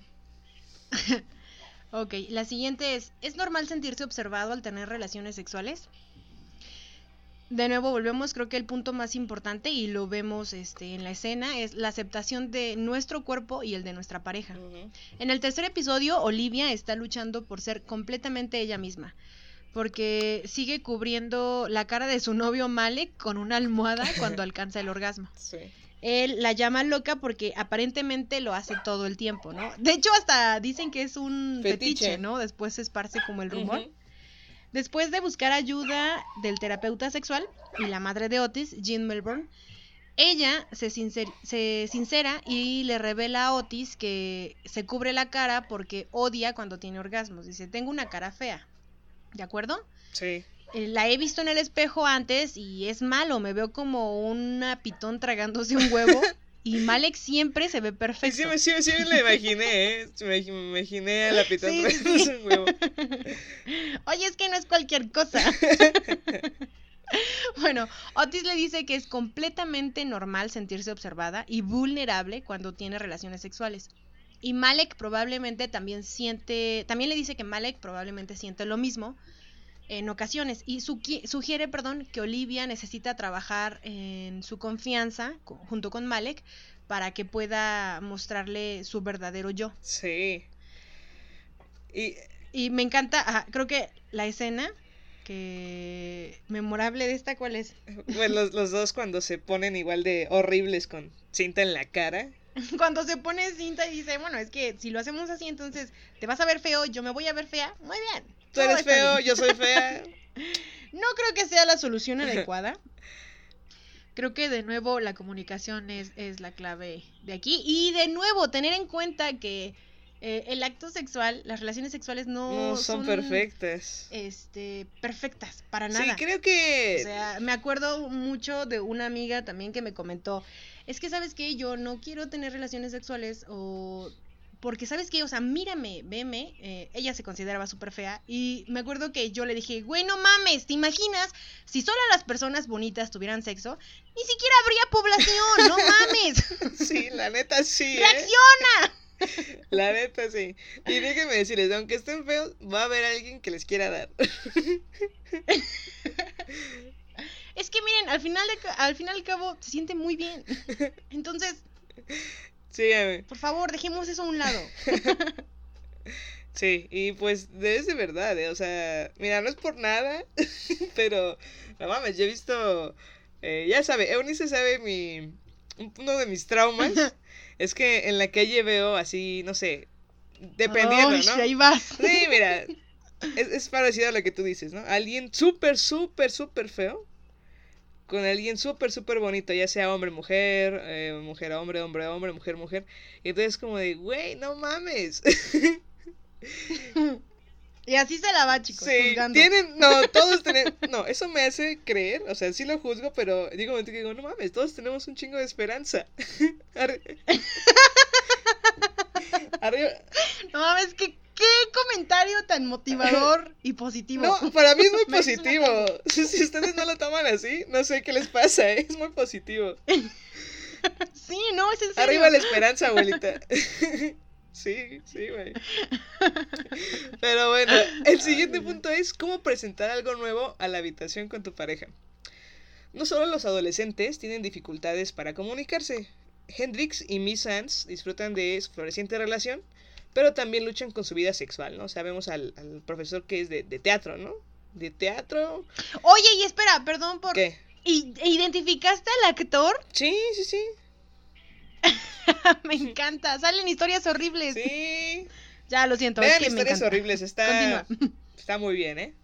Ok, la siguiente es, ¿es normal sentirse observado al tener relaciones sexuales? De nuevo volvemos, creo que el punto más importante, y lo vemos este, en la escena, es la aceptación de nuestro cuerpo y el de nuestra pareja. Uh-huh. En el tercer episodio, Olivia está luchando por ser completamente ella misma, porque sigue cubriendo la cara de su novio Malek con una almohada cuando alcanza el orgasmo. Sí. Él la llama loca porque aparentemente lo hace todo el tiempo, ¿no? De hecho, hasta dicen que es un Fetiche. fetiche, ¿no? Después se esparce como el rumor. Uh-huh. Después de buscar ayuda del terapeuta sexual y la madre de Otis, Jean Melbourne, ella se, sincer- se sincera y le revela a Otis que se cubre la cara porque odia cuando tiene orgasmos. Dice, tengo una cara fea, ¿de acuerdo? Sí. Eh, la he visto en el espejo antes y es malo, me veo como una pitón tragándose un huevo y Malek siempre se ve Y perfecto. sí, me- sí, me- sí me la imaginé, ¿eh? Me, me imaginé a la pitón Sí, sí, trayéndose sí. un huevo. Oye, es que no es cualquier cosa. Bueno, Otis le dice que es completamente normal sentirse observada y vulnerable cuando tiene relaciones sexuales. Y Malek probablemente también siente, también le dice que Malek probablemente siente lo mismo en ocasiones y sugi- sugiere, perdón, que Olivia necesita trabajar en su confianza co- junto con Malek para que pueda mostrarle su verdadero yo. Sí. Y Y me encanta, ajá, creo que la escena que memorable de esta, ¿cuál es? bueno, los, los dos cuando se ponen igual de horribles con cinta en la cara. Cuando se pone cinta y dice, bueno, es que si lo hacemos así, entonces te vas a ver feo, yo me voy a ver fea. Muy bien. Tú todo eres está feo, bien. yo soy fea. No creo que sea la solución adecuada. Creo que de nuevo la comunicación es, es la clave de aquí. Y de nuevo, tener en cuenta que eh, el acto sexual, las relaciones sexuales no, No son, son perfectas. Este, perfectas, para nada. Sí, creo que... O sea, me acuerdo mucho de una amiga también que me comentó, es que, ¿sabes qué? Yo no quiero tener relaciones sexuales o... Porque, ¿sabes qué? O sea, mírame, veme, eh, ella se consideraba súper fea y me acuerdo que yo le dije, güey, no mames, ¿te imaginas? Si solo las personas bonitas tuvieran sexo, ni siquiera habría población, no mames. Sí, la neta sí, ¡reacciona! ¿eh? La neta sí. Y déjenme decirles, aunque estén feos, va a haber alguien que les quiera dar. Es que miren, al final de, al final y al cabo se siente muy bien. Entonces... Sígame. Por favor, dejemos eso a un lado. Sí, y pues es de verdad, ¿eh? O sea, mira, no es por nada, pero no mames, yo he visto, eh, ya sabe, Eunice sabe mi, uno de mis traumas, es que en la calle veo así, no sé, dependiendo, oh, ¿no? Ahí vas. Sí, mira, es, es parecido a lo que tú dices, ¿no? Alguien súper, súper, súper feo, con alguien súper, súper bonito, ya sea hombre, mujer, eh, mujer, hombre, hombre, hombre, mujer, mujer. Y entonces como de, güey, no mames. Y así se la va, chicos, sí, juzgando. Tienen, no, todos tenemos, no, eso me hace creer, o sea, sí lo juzgo, pero digo, digo, no mames, todos tenemos un chingo de esperanza. Arri... Arriba... No mames, que... ¡Qué comentario tan motivador y positivo! No, para mí es muy positivo. Si ustedes no lo toman así, no sé qué les pasa, ¿eh? Es muy positivo. Sí, no, es en serio. Arriba la esperanza, abuelita. Sí, sí, güey. Pero bueno, el siguiente punto es cómo presentar algo nuevo a la habitación con tu pareja. No solo los adolescentes tienen dificultades para comunicarse. Hendrix y Miss Sands disfrutan de su floreciente relación, pero también luchan con su vida sexual, ¿no? O sea, vemos al, al profesor que es de, de teatro, ¿no? De teatro. Oye, y espera, perdón por... ¿Qué? ¿Y, ¿Identificaste al actor? Sí, sí, sí. Me encanta, salen historias horribles. Sí. Ya, lo siento. Vean es que historias me horribles, está... Continúa. Está muy bien, ¿eh?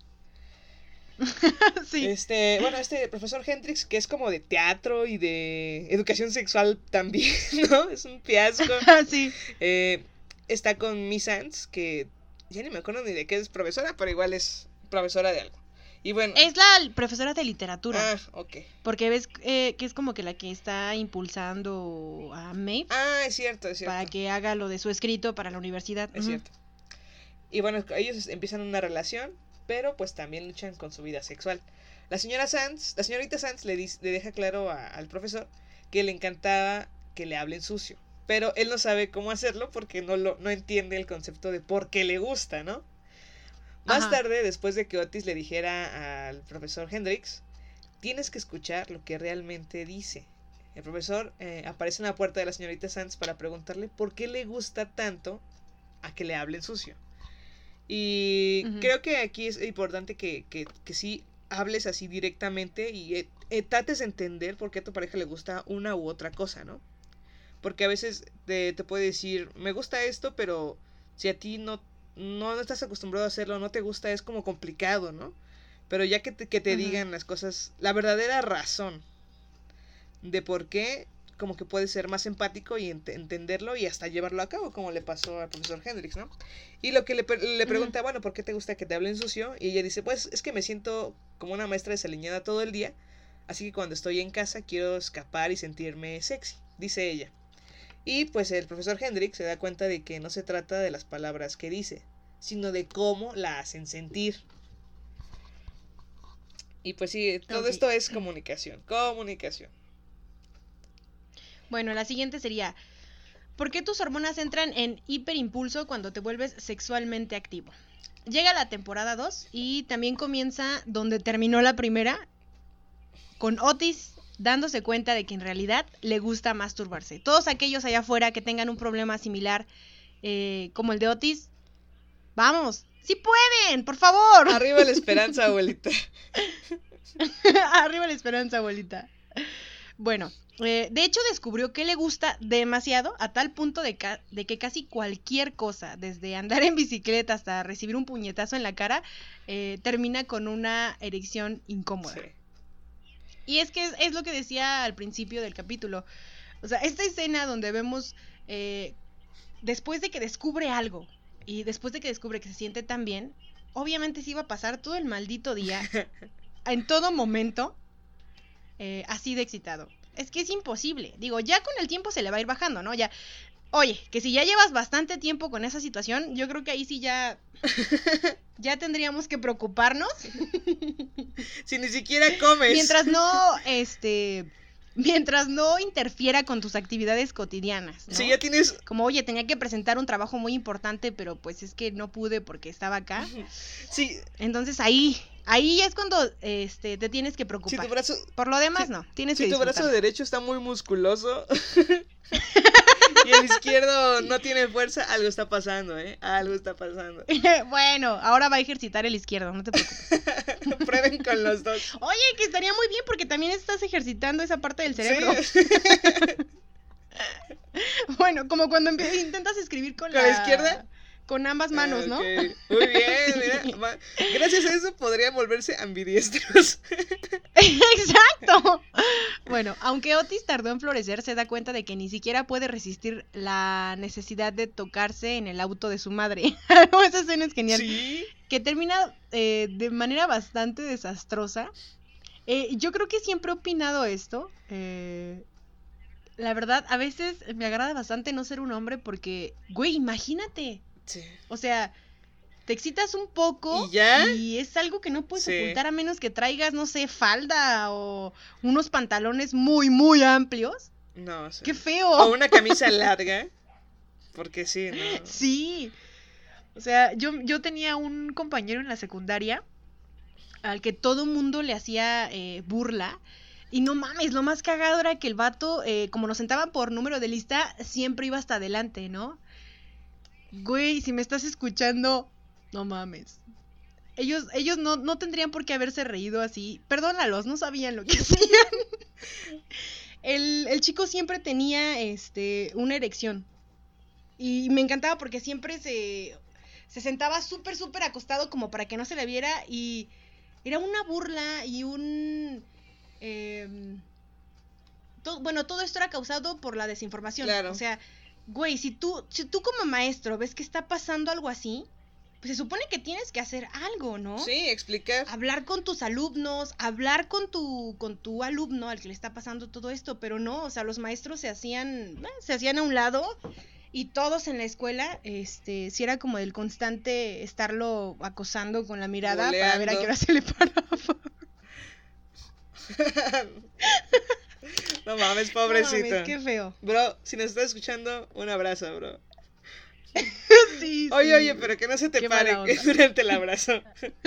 Sí. Este, bueno, este profesor Hendrix, que es como de teatro y de educación sexual también, ¿no? Es un fiasco. Sí. Eh... Está con Miss Sands, que ya ni me acuerdo ni de qué es profesora, pero igual es profesora de algo. Y bueno. Es la profesora de literatura. Ah, ok. Porque ves eh, que es como que la que está impulsando a Maeve. Ah, es cierto, es cierto. Para que haga lo de su escrito para la universidad. Es uh-huh. cierto. Y bueno, ellos empiezan una relación, pero pues también luchan con su vida sexual. La señora Sands, la señorita Sands le, dice, le deja claro a, al profesor que le encantaba que le hablen sucio. Pero él no sabe cómo hacerlo porque no, lo, no entiende el concepto de por qué le gusta, ¿no? Más Ajá. tarde, después de que Otis le dijera al profesor Hendrix, tienes que escuchar lo que realmente dice. El profesor eh, aparece en la puerta de la señorita Sands para preguntarle por qué le gusta tanto a que le hablen sucio. Y uh-huh. creo que aquí es importante que, que, que sí hables así directamente y eh, eh, trates de entender por qué a tu pareja le gusta una u otra cosa, ¿no? Porque a veces te, te puede decir, me gusta esto, pero si a ti no, no estás acostumbrado a hacerlo, no te gusta, es como complicado, ¿no? Pero ya que te, que te uh-huh. digan las cosas, la verdadera razón de por qué, como que puedes ser más empático y ent- entenderlo y hasta llevarlo a cabo, como le pasó al profesor Hendrix, ¿no? Y lo que le, le pregunta, uh-huh. bueno, ¿por qué te gusta que te hablen sucio? Y ella dice, pues es que me siento como una maestra desaliñada todo el día, así que cuando estoy en casa quiero escapar y sentirme sexy, dice ella. Y pues el profesor Hendrix se da cuenta de que no se trata de las palabras que dice, sino de cómo la hacen sentir. Y pues sí, todo okay. esto es comunicación, comunicación. Bueno, la siguiente sería, ¿por qué tus hormonas entran en hiperimpulso cuando te vuelves sexualmente activo? Llega la temporada dos y también comienza donde terminó la primera, con Otis dándose cuenta de que en realidad le gusta masturbarse. Todos aquellos allá afuera que tengan un problema similar eh, como el de Otis, ¡vamos! ¡Sí pueden! ¡Por favor! Arriba la esperanza, abuelita. Arriba la esperanza, abuelita. Bueno, eh, de hecho descubrió que le gusta demasiado a tal punto de, ca- de que casi cualquier cosa, desde andar en bicicleta hasta recibir un puñetazo en la cara, eh, termina con una erección incómoda. Sí. Y es que es, es lo que decía al principio del capítulo. O sea, esta escena donde vemos eh, después de que descubre algo y después de que descubre que se siente tan bien, obviamente se iba a pasar todo el maldito día, en todo momento, eh, así de excitado. Es que es imposible. Digo, ya con el tiempo se le va a ir bajando, ¿no? Ya, oye, que si ya llevas bastante tiempo con esa situación, yo creo que ahí sí ya, ya tendríamos que preocuparnos. Si ni siquiera comes. Mientras no, este, mientras no interfiera con tus actividades cotidianas, ¿no? Si ya tienes... Como, oye, tenía que presentar un trabajo muy importante, pero pues es que no pude porque estaba acá. Sí. Entonces ahí, ahí es cuando este, te tienes que preocupar. Si tu brazo... Por lo demás, si, no, tienes si que tu disfrutar. brazo derecho está muy musculoso y el izquierdo no tiene fuerza, algo está pasando, ¿eh? Algo está pasando. Bueno, ahora va a ejercitar el izquierdo, no te preocupes. Prueben con los dos. Oye, que estaría muy bien porque también estás ejercitando esa parte del cerebro. Sí. Bueno, como cuando empe- intentas escribir con, ¿Con la izquierda? Con ambas manos, ¿no? Okay. Muy bien, mira. Gracias a eso podrían volverse ambidiestros. Exacto. Bueno, aunque Otis tardó en florecer, se da cuenta de que ni siquiera puede resistir la necesidad de tocarse en el auto de su madre. Esa escena es genial. Sí. Que termina eh, de manera bastante desastrosa. Eh, yo creo que siempre he opinado esto. Eh, la verdad, a veces me agrada bastante no ser un hombre porque, güey, imagínate. Sí. O sea, te excitas un poco ¿Y ya? y es algo que no puedes Sí. ocultar a menos que traigas, no sé, falda o unos pantalones muy, muy amplios. No, sí. ¡Qué feo! O una camisa larga. Porque sí, ¿no? Sí. O sea, yo, yo tenía un compañero en la secundaria al que todo mundo le hacía eh, burla. Y no mames, lo más cagado era que el vato, eh, como nos sentaban por número de lista, siempre iba hasta adelante, ¿no? Güey, si me estás escuchando, no mames. Ellos, ellos no, no tendrían por qué haberse reído así. Perdónalos, no sabían lo que hacían. El, el chico siempre tenía este una erección. Y me encantaba porque siempre se, se sentaba súper, súper acostado como para que no se le viera. Y era una burla y un... Eh, todo, bueno, todo esto era causado por la desinformación. Claro. O sea, güey, si tú, si tú como maestro ves que está pasando algo así, pues se supone que tienes que hacer algo, ¿no? Sí, explicar. Hablar con tus alumnos, hablar con tu, con tu alumno al que le está pasando todo esto, pero no, o sea, los maestros se hacían, eh, se hacían a un lado y todos en la escuela, este, si era como el constante estarlo acosando con la mirada para ver a qué hora se le paraba. No mames, pobrecito. No mames, qué feo. Bro, si nos estás escuchando, un abrazo, bro. Sí, Oye, sí. oye, pero que no se te Qué pare mala que onda. durante el abrazo.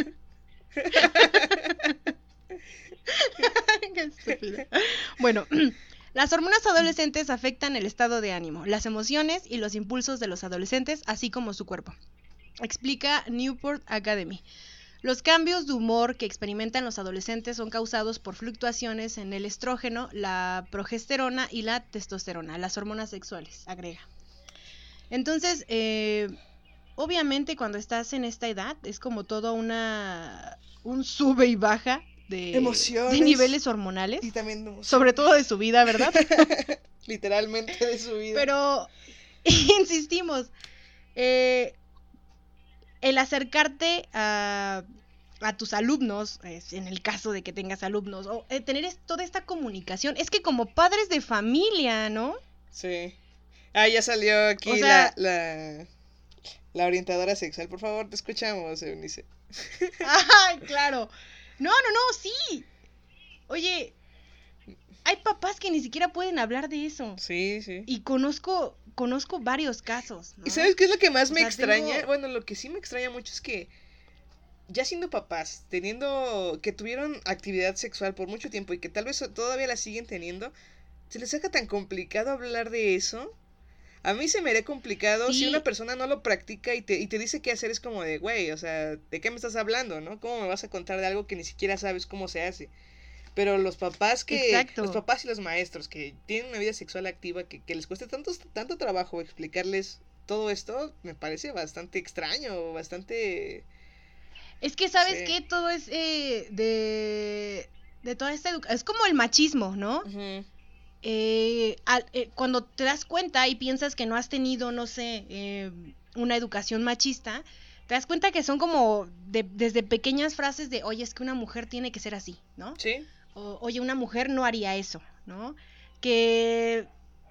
Qué estúpido. Bueno, las hormonas adolescentes afectan el estado de ánimo, las emociones y los impulsos de los adolescentes, así como su cuerpo. Explica Newport Academy. Los cambios de humor que experimentan los adolescentes son causados por fluctuaciones en el estrógeno, la progesterona y la testosterona, las hormonas sexuales, agrega. Entonces, eh, obviamente cuando estás en esta edad es como todo una un sube y baja de, Emociones. de niveles hormonales, Y también no, sobre todo de su vida, ¿verdad? literalmente de su vida. Pero insistimos, eh, el acercarte a, a tus alumnos, eh, en el caso de que tengas alumnos, o eh, tener es, toda esta comunicación, es que como padres de familia, ¿no? Sí. Ah, ya salió aquí O sea- la, la, la orientadora sexual. Por favor, te escuchamos, Eunice. Ay, claro. No, no, no, sí. Oye, hay papás que ni siquiera pueden hablar de eso. Sí, sí. Y conozco, conozco varios casos, ¿no? ¿Y sabes qué es lo que más O me sea, extraña? tengo- Bueno, lo que sí me extraña mucho es que ya siendo papás, teniendo, que tuvieron actividad sexual por mucho tiempo y que tal vez todavía la siguen teniendo, ¿se les haga tan complicado hablar de eso? A mí se me haría complicado si Sí. una persona no lo practica y te, y te dice qué hacer, es como de, güey, o sea, ¿de qué me estás hablando, no? ¿Cómo me vas a contar de algo que ni siquiera sabes cómo se hace? Pero los papás que, Exacto. los papás y los maestros que tienen una vida sexual activa, que, que les cueste tanto, tanto trabajo explicarles todo esto, me parece bastante extraño, bastante... Es que, ¿sabes Sí. qué? Todo es eh, de, de toda esta educación. Es como el machismo, ¿no? Ujú. eh, al, eh, cuando te das cuenta y piensas que no has tenido, no sé, eh, una educación machista, te das cuenta que son como de, desde pequeñas frases de, oye, es que una mujer tiene que ser así, ¿no? Sí. O, oye, una mujer no haría eso, ¿no? Que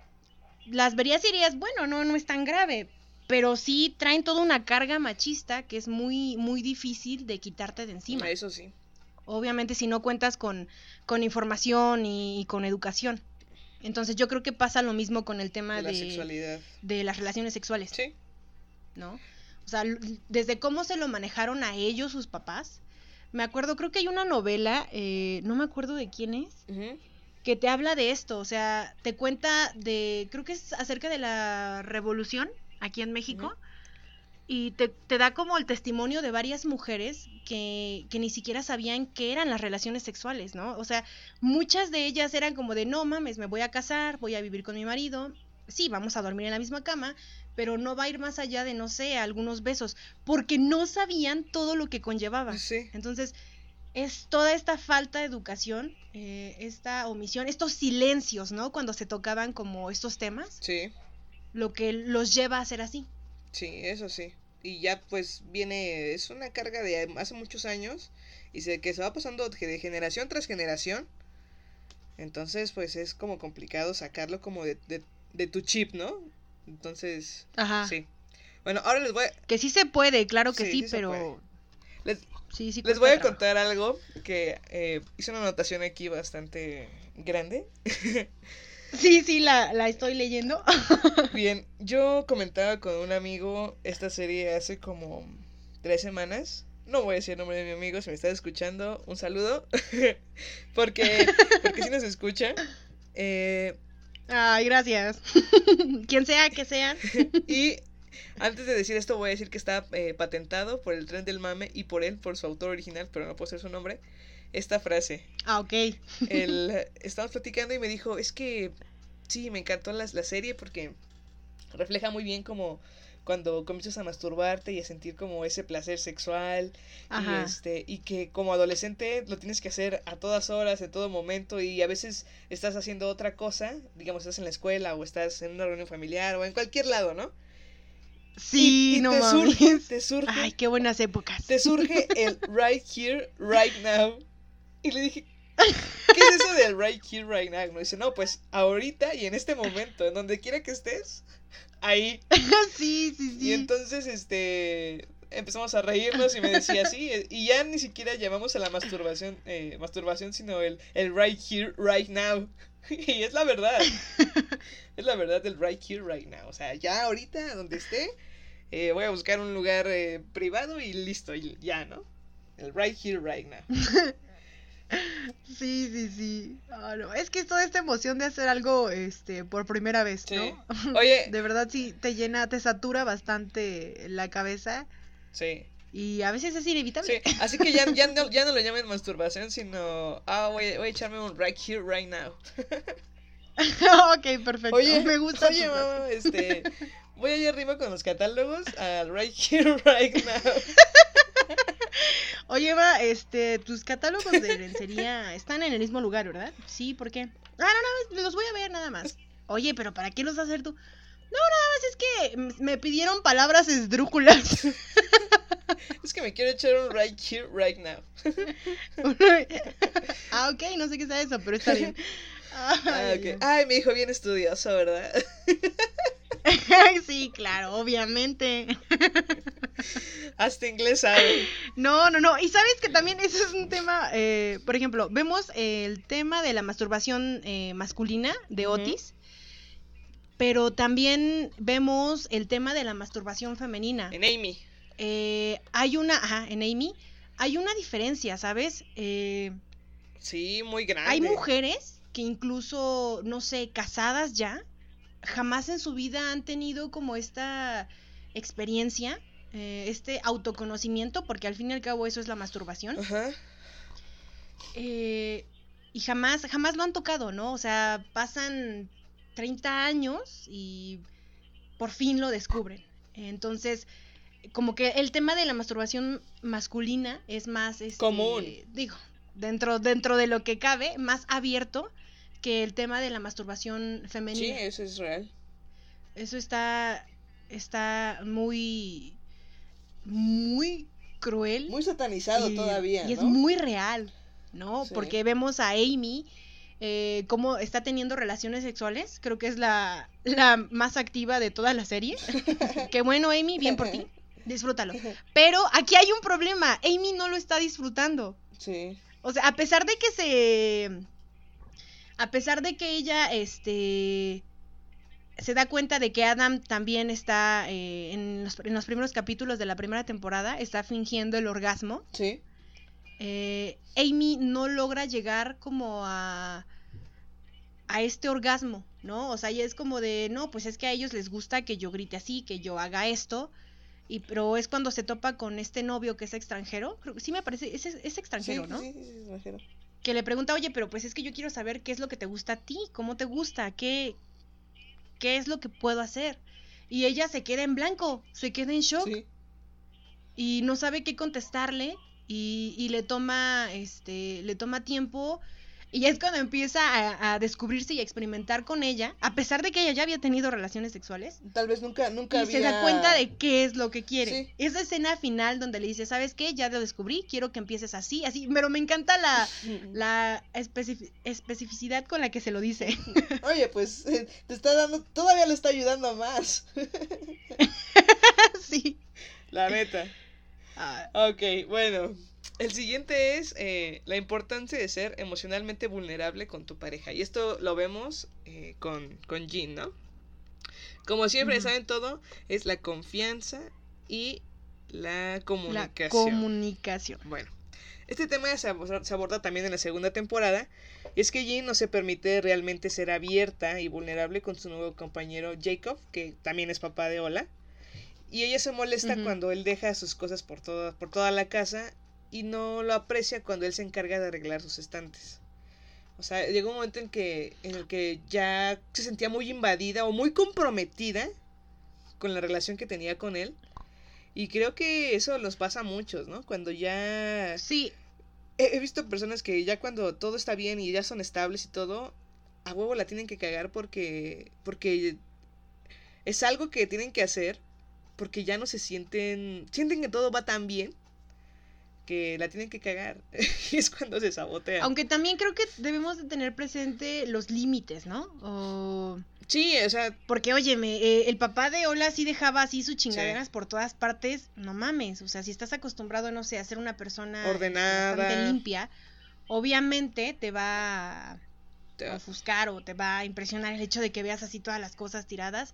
las verías y dirías, bueno, no, no es tan grave, pero sí traen toda una carga machista que es muy, muy difícil de quitarte de encima. Eso sí. Obviamente si no cuentas con, con información y, y con educación. Entonces yo creo que pasa lo mismo con el tema De la de, sexualidad. de las relaciones sexuales. Sí. ¿No? O sea, desde cómo se lo manejaron a ellos sus papás. Me acuerdo, creo que hay una novela, eh, no me acuerdo de quién es, Uh-huh. que te habla de esto. O sea, te cuenta de, creo que es acerca de la revolución aquí en México. Uh-huh. Y te, te da como el testimonio de varias mujeres que, que ni siquiera sabían qué eran las relaciones sexuales, ¿no? O sea, muchas de ellas eran como de, no mames, me voy a casar, voy a vivir con mi marido, sí, vamos a dormir en la misma cama, pero no va a ir más allá de, no sé, algunos besos, porque no sabían todo lo que conllevaba. Sí. Entonces, es toda esta falta de educación, eh, esta omisión, estos silencios, ¿no? Cuando se tocaban como estos temas, Sí. lo que los lleva a ser así. Sí, eso sí. Y ya pues viene, es una carga de hace muchos años y se, que se va pasando de generación tras generación. Entonces pues es como complicado sacarlo como de, de, de tu chip, ¿no? Entonces, Ajá. sí. Bueno, ahora les voy a... Que sí se puede, claro que Sí, sí, sí se pero... Les, sí, sí les cuesta voy a trabajo. contar algo que eh, hice una anotación aquí bastante grande. Sí, sí, la, la estoy leyendo. Bien, yo comentaba con un amigo esta serie hace como tres semanas. No voy a decir el nombre de mi amigo, si me estás escuchando, un saludo. porque, porque sí nos escucha. Eh, Ay, gracias. Quien sea que sean. y antes de decir esto voy a decir que está eh, patentado por el Tren del Mame y por él, por su autor original, pero no puedo ser su nombre. Esta frase. Ah, ok. El, estábamos platicando y me dijo, es que sí, me encantó la, la serie porque refleja muy bien como cuando comienzas a masturbarte y a sentir como ese placer sexual. Ajá. y este y que como adolescente lo tienes que hacer a todas horas, en todo momento, y a veces estás haciendo otra cosa, digamos estás en la escuela o estás en una reunión familiar o en cualquier lado, ¿no? Sí, y, y no te mames. surge, te surge, Ay, qué buenas épocas. te surge el right here, right now. Y le dije, ¿qué es eso del right here, right now? Me dice, no, pues ahorita y en este momento, en donde quiera que estés, ahí. Sí, sí, sí. Y entonces, este, empezamos a reírnos y me decía así, y ya ni siquiera llamamos a la masturbación, eh, masturbación, sino el, el right here, right now. Y es la verdad. Es la verdad del right here, right now. O sea, ya ahorita, donde esté, eh, voy a buscar un lugar eh, privado y listo, y ya, ¿no? El right here, right now. Sí, sí, sí. Oh, no. Es que es toda esta emoción de hacer algo este por primera vez, ¿no? Sí. Oye. De verdad sí te llena, te satura bastante la cabeza. Sí. Y a veces es inevitable. Sí, así que ya, ya, no, ya no lo llamen masturbación, sino, ah, voy, voy a echarme un right here, right now. Ok, perfecto. Oye, me gusta. Oye, mamá, este, voy allá arriba con los catálogos al right here, right now. Oye, Eva, este, tus catálogos de lencería están en el mismo lugar, ¿verdad? Sí, ¿por qué? Ah, no, no, los voy a ver nada más. Oye, pero ¿para qué los vas a hacer tú? No, nada más es que me pidieron palabras esdrújulas. Es que me quiero echar un right here, right now. Ah, ok, no sé qué sea eso, pero está bien. Ay, ah, okay. Ay, mi hijo bien estudioso, ¿verdad? Sí, claro, obviamente. Hasta inglés sabe. No, no, no. Y sabes que también ese es un tema, eh, por ejemplo, vemos el tema de la masturbación eh, masculina de Otis, uh-huh. Pero también vemos el tema de la masturbación femenina. En Amy. Eh, hay una, ajá, en Amy, hay una diferencia, ¿sabes? Eh, sí, muy grande. Hay mujeres que incluso, no sé, casadas ya, jamás en su vida han tenido como esta experiencia, eh, este autoconocimiento, porque al fin y al cabo eso es la masturbación. Ajá. Eh, y jamás, jamás lo han tocado, ¿no? O sea, pasan treinta años y por fin lo descubren. Entonces, como que el tema de la masturbación masculina es más este, común. Digo, dentro, dentro de lo que cabe, más abierto que el tema de la masturbación femenina. Sí, eso es real. Eso está, está muy, muy cruel. Muy satanizado y, todavía, y es ¿no? muy real, ¿no? Sí. Porque vemos a Amy eh, cómo está teniendo relaciones sexuales. Creo que es la, la más activa de toda la serie. Qué bueno, Amy, bien por ti. Disfrútalo. Pero aquí hay un problema. Amy no lo está disfrutando. Sí. O sea, a pesar de que se... A pesar de que ella, este... se da cuenta de que Adam también está eh, en, los, en los primeros capítulos de la primera temporada, está fingiendo el orgasmo. Sí. Eh, Amy no logra llegar como a a este orgasmo, ¿no? O sea, ya es como de, no, pues es que a ellos les gusta que yo grite así, que yo haga esto, y pero es cuando se topa con este novio que es extranjero, creo que sí me parece, es, es extranjero, sí, ¿no? Sí, sí, sí, es extranjero. Que le pregunta, oye, pero pues es que yo quiero saber qué es lo que te gusta a ti, cómo te gusta, qué, qué es lo que puedo hacer. Y ella se queda en blanco, se queda en shock. Sí. Y no sabe qué contestarle y, y le toma, este, le toma tiempo. Y ya es cuando empieza a, a descubrirse y a experimentar con ella, a pesar de que ella ya había tenido relaciones sexuales. Tal vez nunca, nunca y había... se da cuenta de qué es lo que quiere. Sí. Esa escena final donde le dice, ¿sabes qué? Ya lo descubrí, quiero que empieces así, así. Pero me encanta la, la especific- especificidad con la que se lo dice. Oye, pues eh, te está dando, todavía le está ayudando más. Sí. La neta. Ah, Ok, bueno. El siguiente es eh, la importancia de ser emocionalmente vulnerable con tu pareja. Y esto lo vemos eh, con, con Jean, ¿no? Como siempre, Ujú. saben todo, es la confianza y la la comunicación. comunicación. Bueno, este tema se aborda, se aborda también en la segunda temporada. Y es que Jean no se permite realmente ser abierta y vulnerable con su nuevo compañero Jacob, que también es papá de Ola. Y ella se molesta Ujú. cuando él deja sus cosas por toda, por toda la casa y no lo aprecia cuando él se encarga de arreglar sus estantes. O sea, llegó un momento en que en el que ya se sentía muy invadida o muy comprometida con la relación que tenía con él. Y creo que eso nos pasa a muchos, ¿no? Cuando ya... Sí, He, he visto personas que ya cuando todo está bien y ya son estables y todo, a huevo la tienen que cagar porque... porque es algo que tienen que hacer porque ya no se sienten... Sienten que todo va tan bien que la tienen que cagar. Y es cuando se sabotean. aunque también creo que debemos de tener presente los límites, ¿no? O... Sí, o sea... Porque, óyeme, eh, el papá de Ola sí dejaba así sus chingaderas sí. por todas partes, no mames, o sea, si estás acostumbrado, no sé, a ser una persona ordenada, bastante limpia, obviamente te va a te va... ofuscar o te va a impresionar el hecho de que veas así todas las cosas tiradas,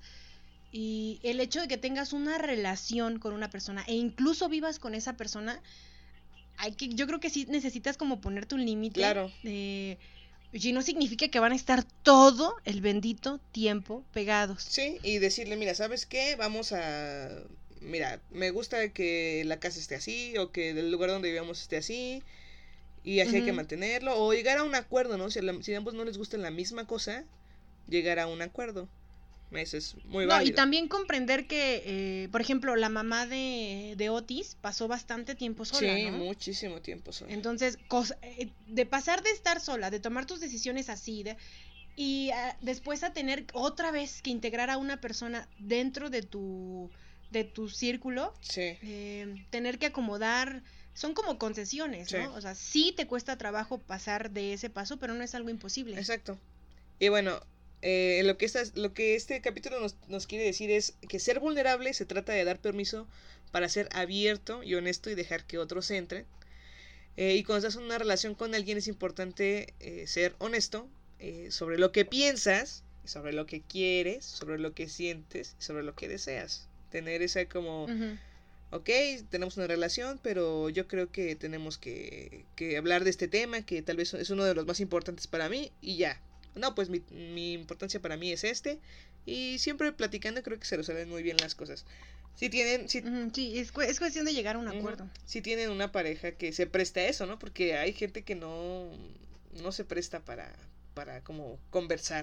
y el hecho de que tengas una relación con una persona e incluso vivas con esa persona, hay que, yo creo que sí necesitas como ponerte un límite. Claro. Eh, y no significa que van a estar todo el bendito tiempo pegados. Sí, y decirle, mira, ¿sabes qué? Vamos a... Mira, me gusta que la casa esté así, o que el lugar donde vivamos esté así, y así uh-huh. hay que mantenerlo, o llegar a un acuerdo, ¿no? Si a, la, si a ambos no les gusta la misma cosa, llegar a un acuerdo. Eso es muy no, válido. Y también comprender que, eh, por ejemplo, la mamá de, de Otis pasó bastante tiempo sola, sí, ¿no? muchísimo tiempo sola. Entonces, cosa, eh, de pasar de estar sola, de tomar tus decisiones así, de, y uh, después a tener otra vez que integrar a una persona dentro de tu, de tu círculo, sí. eh, tener que acomodar, son como concesiones, sí. ¿no? O sea, sí te cuesta trabajo pasar de ese paso, pero no es algo imposible. Exacto. Y bueno... Eh, lo que esta, lo que este capítulo nos, nos quiere decir es que ser vulnerable se trata de dar permiso para ser abierto y honesto y dejar que otros entren. Eh, y cuando estás en una relación con alguien es importante eh, ser honesto eh, sobre lo que piensas, sobre lo que quieres, sobre lo que sientes, sobre lo que deseas. Tener esa como, uh-huh. ok, tenemos una relación, pero yo creo que tenemos que, que hablar de este tema, que tal vez es uno de los más importantes para mí, y ya. No, pues mi, mi importancia para mí es este. Y siempre platicando creo que se resuelven muy bien las cosas. Si tienen... Si, uh-huh, sí, es, cu- es cuestión de llegar a un acuerdo. Uh, si tienen una pareja que se presta a eso, ¿no? Porque hay gente que no, no se presta para, para como conversar.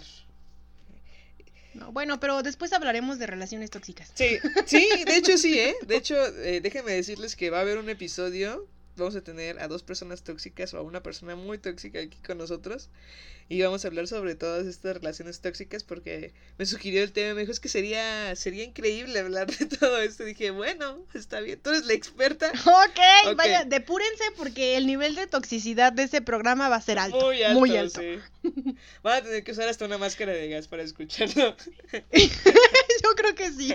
No, bueno, pero después hablaremos de relaciones tóxicas. Sí, sí, de hecho sí, ¿eh? De hecho, eh, déjenme decirles que va a haber un episodio vamos a tener a dos personas tóxicas o a una persona muy tóxica aquí con nosotros. Y vamos a hablar sobre todas estas relaciones tóxicas porque me sugirió el tema, me dijo, es que sería sería increíble hablar de todo esto. Y dije, bueno, está bien, tú eres la experta. Ok, Ok. vaya, depúrense porque el nivel de toxicidad de ese programa va a ser alto. Muy alto, muy alto. sí. Van a tener que usar hasta una máscara de gas para escucharlo. Yo creo que sí.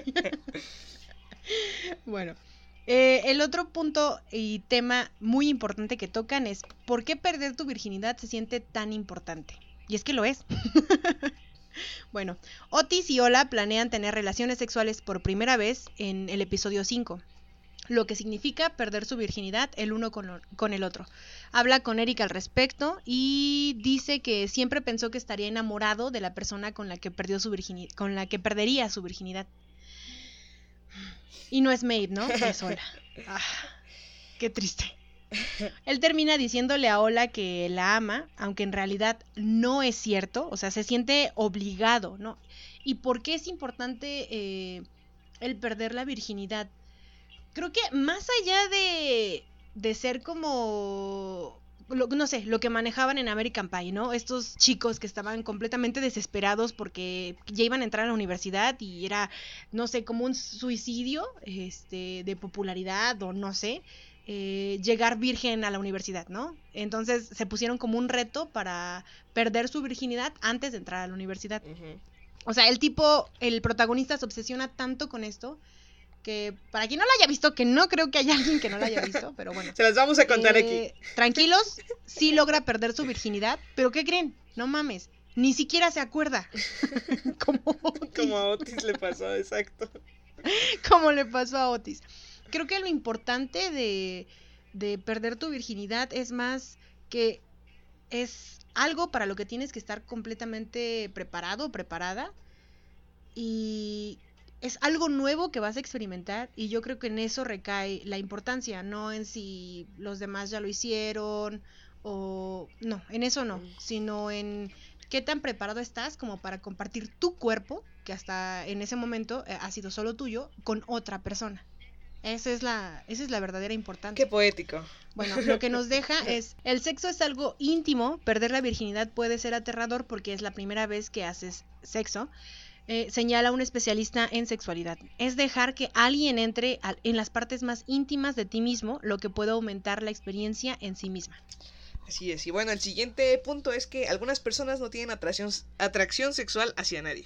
Bueno, eh, el otro punto y tema muy importante que tocan es ¿por qué perder tu virginidad se siente tan importante? Y es que lo es. Bueno, Otis y Ola planean tener relaciones sexuales por primera vez en el episodio cinco, lo que significa perder su virginidad el uno con, lo, con el otro. Habla con Eric al respecto y dice que siempre pensó que estaría enamorado de la persona con la que perdió su virginidad, con la que perdería su virginidad. Y no es Maeve, ¿no? Es Ola. Ah, qué triste. Él termina diciéndole a Ola que la ama, aunque en realidad no es cierto, o sea, se siente obligado, ¿no? ¿Y por qué es importante eh, el perder la virginidad? Creo que más allá de, de ser como, lo, no sé, lo que manejaban en American Pie, ¿no? Estos chicos que estaban completamente desesperados porque ya iban a entrar a la universidad y era, no sé, como un suicidio este, de popularidad o no sé, eh, llegar virgen a la universidad, ¿no? Entonces se pusieron como un reto para perder su virginidad antes de entrar a la universidad. Uh-huh. O sea, el tipo, el protagonista se obsesiona tanto con esto que para quien no la haya visto, que no creo que haya alguien que no la haya visto, pero bueno. Se las vamos a contar eh, aquí. Tranquilos, sí logra perder su virginidad, pero ¿qué creen? No mames, ni siquiera se acuerda. Como Otis. Como a Otis le pasó, exacto. Como le pasó a Otis. Creo que lo importante de, de perder tu virginidad es más que es algo para lo que tienes que estar completamente preparado o preparada y es algo nuevo que vas a experimentar y yo creo que en eso recae la importancia, no en si los demás ya lo hicieron o no, en eso no, sino en qué tan preparado estás como para compartir tu cuerpo, que hasta en ese momento eh, ha sido solo tuyo, con otra persona. Esa es la, esa es la verdadera importancia. Qué poético. Bueno, lo que nos deja es, el sexo es algo íntimo, perder la virginidad puede ser aterrador porque es la primera vez que haces sexo. Eh, señala un especialista en sexualidad. Es dejar que alguien entre a, en las partes más íntimas de ti mismo, lo que puede aumentar la experiencia en sí misma. Así es. Y bueno, el siguiente punto es que algunas personas no tienen atracción, atracción sexual hacia nadie.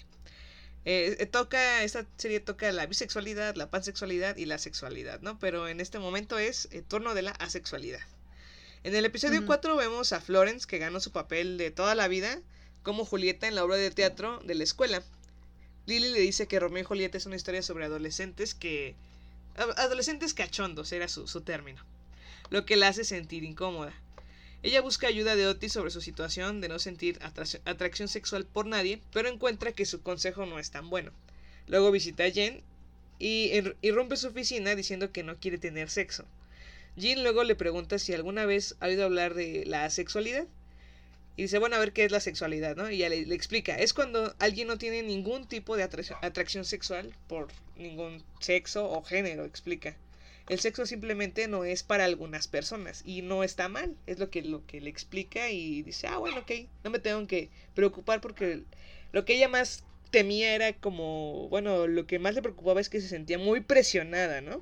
Eh, toca, esta serie toca la bisexualidad, la pansexualidad y la sexualidad, ¿no? Pero en este momento es el turno de la asexualidad. En el episodio uh-huh. cuatro vemos a Florence, que ganó su papel de toda la vida como Julieta en la obra de teatro de la escuela. Lily le dice que Romeo y Julieta es una historia sobre adolescentes que... Adolescentes cachondos era su, su término, lo que la hace sentir incómoda. Ella busca ayuda de Otis sobre su situación de no sentir atrac- atracción sexual por nadie, pero encuentra que su consejo no es tan bueno. Luego visita a Jen y irrumpe su oficina diciendo que no quiere tener sexo. Jen luego le pregunta si alguna vez ha oído hablar de la asexualidad. Y dice, bueno, a ver qué es la sexualidad, ¿no? Y ella le, le explica, es cuando alguien no tiene ningún tipo de atracción, atracción sexual por ningún sexo o género, explica. El sexo simplemente no es para algunas personas y no está mal, es lo que, lo que le explica y dice, ah, bueno, ok, no me tengo que preocupar porque lo que ella más temía era como, bueno, lo que más le preocupaba es que se sentía muy presionada, ¿no?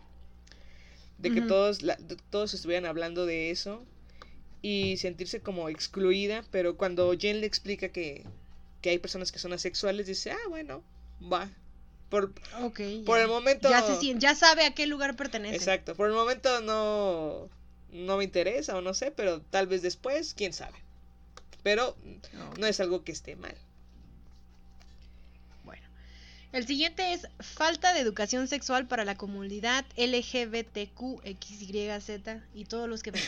De que uh-huh. todos, la, de, todos estuvieran hablando de eso y sentirse como excluida, pero cuando Jen le explica que, que hay personas que son asexuales, dice, ah, bueno, va. Por, okay, por el momento ya, se, ya sabe a qué lugar pertenece. Exacto, por el momento no no me interesa o no sé, pero tal vez después, quién sabe. Pero okay. no es algo que esté mal. Bueno, el siguiente es falta de educación sexual para la comunidad L G B T Q X Y Z y todos los que ven.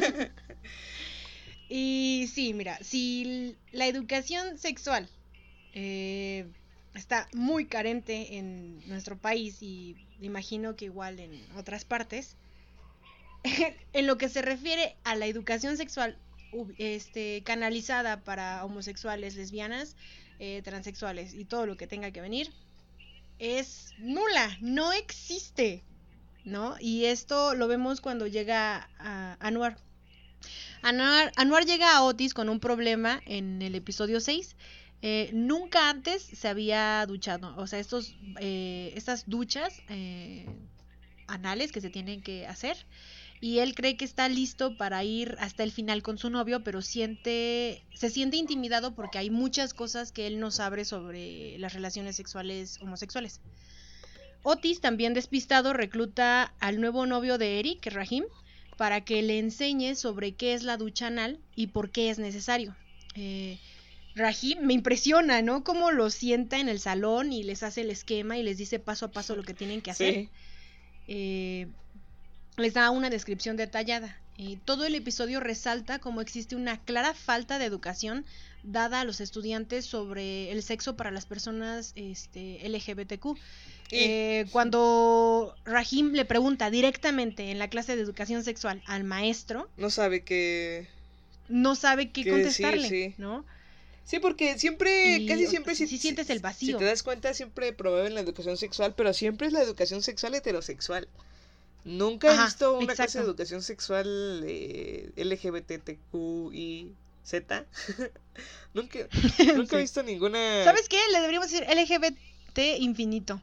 Y sí, mira, si la educación sexual eh, está muy carente en nuestro país y imagino que igual en otras partes, en lo que se refiere a la educación sexual este, canalizada para homosexuales, lesbianas, eh, transexuales y todo lo que tenga que venir, es nula, no existe. ¿no? Y esto lo vemos cuando llega a Anwar. Anwar, Anwar llega a Otis con un problema en el episodio seis. Eh, nunca antes se había duchado. O sea, estos, eh, estas duchas eh, anales que se tienen que hacer. Y él cree que está listo para ir hasta el final con su novio, pero siente, se siente intimidado porque hay muchas cosas que él no sabe sobre las relaciones sexuales homosexuales. Otis, también despistado, recluta al nuevo novio de Eric, Rahim, para que le enseñe sobre qué es la ducha anal y por qué es necesario. Eh, Rahim me impresiona, ¿no? Cómo los sienta en el salón y les hace el esquema y les dice paso a paso lo que tienen que hacer. Sí. Eh, les da una descripción detallada. Y todo el episodio resalta cómo existe una clara falta de educación dada a los estudiantes sobre el sexo para las personas este, L G B T Q. Eh, cuando Rahim le pregunta directamente en la clase de educación sexual al maestro, no sabe qué no sabe qué contestarle, decir, sí. ¿no? Sí, porque siempre, y, casi siempre si, si, si sientes el vacío. Si te das cuenta, siempre promueven la educación sexual, pero siempre es la educación sexual heterosexual. Nunca Ajá, he visto una exacto. clase de educación sexual eh, L G B T Q I Z. nunca nunca sí. he visto ninguna. ¿Sabes qué? Le deberíamos decir L G B T infinito.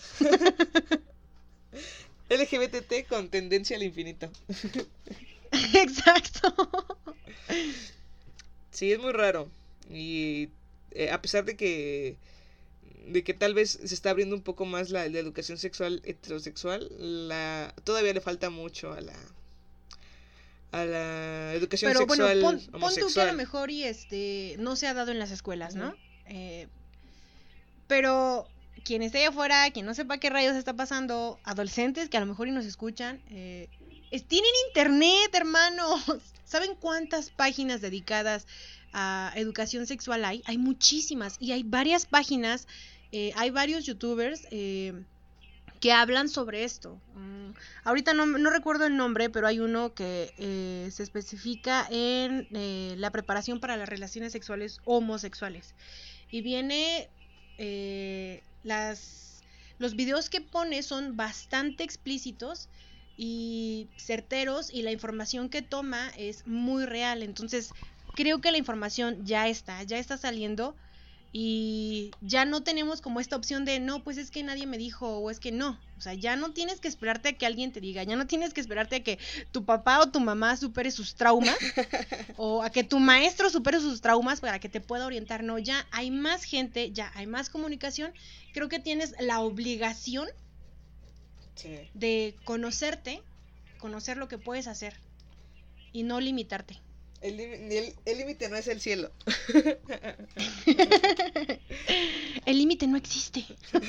L G B T con tendencia al infinito. Exacto. Sí, es muy raro. Y eh, a pesar de que de que tal vez se está abriendo un poco más la, la educación sexual heterosexual, la todavía le falta mucho a la a la educación Pero, sexual bueno, pon, homosexual. Pon tú que a lo mejor y este no se ha dado en las escuelas, ¿no? Uh-huh. Eh, pero quien esté allá afuera, quien no sepa qué rayos está pasando, adolescentes que a lo mejor y nos escuchan, eh, tienen internet, hermanos. ¿Saben cuántas páginas dedicadas a educación sexual hay? Hay muchísimas y hay varias páginas, eh, hay varios youtubers eh, que hablan sobre esto. Um, ahorita no, no recuerdo el nombre, pero hay uno que eh, se especifica en eh, la preparación para las relaciones sexuales homosexuales. Y viene... Eh, las los videos que pone son bastante explícitos y certeros y la información que toma es muy real. Entonces creo que la información ya está, ya está saliendo y ya no tenemos como esta opción de no, pues es que nadie me dijo o es que no. O sea, ya no tienes que esperarte a que alguien te diga, ya no tienes que esperarte a que tu papá o tu mamá supere sus traumas o a que tu maestro supere sus traumas para que te pueda orientar. No, ya hay más gente, ya hay más comunicación. Creo que tienes la obligación sí. de conocerte, conocer lo que puedes hacer y no limitarte. El límite no es el cielo. El límite no existe.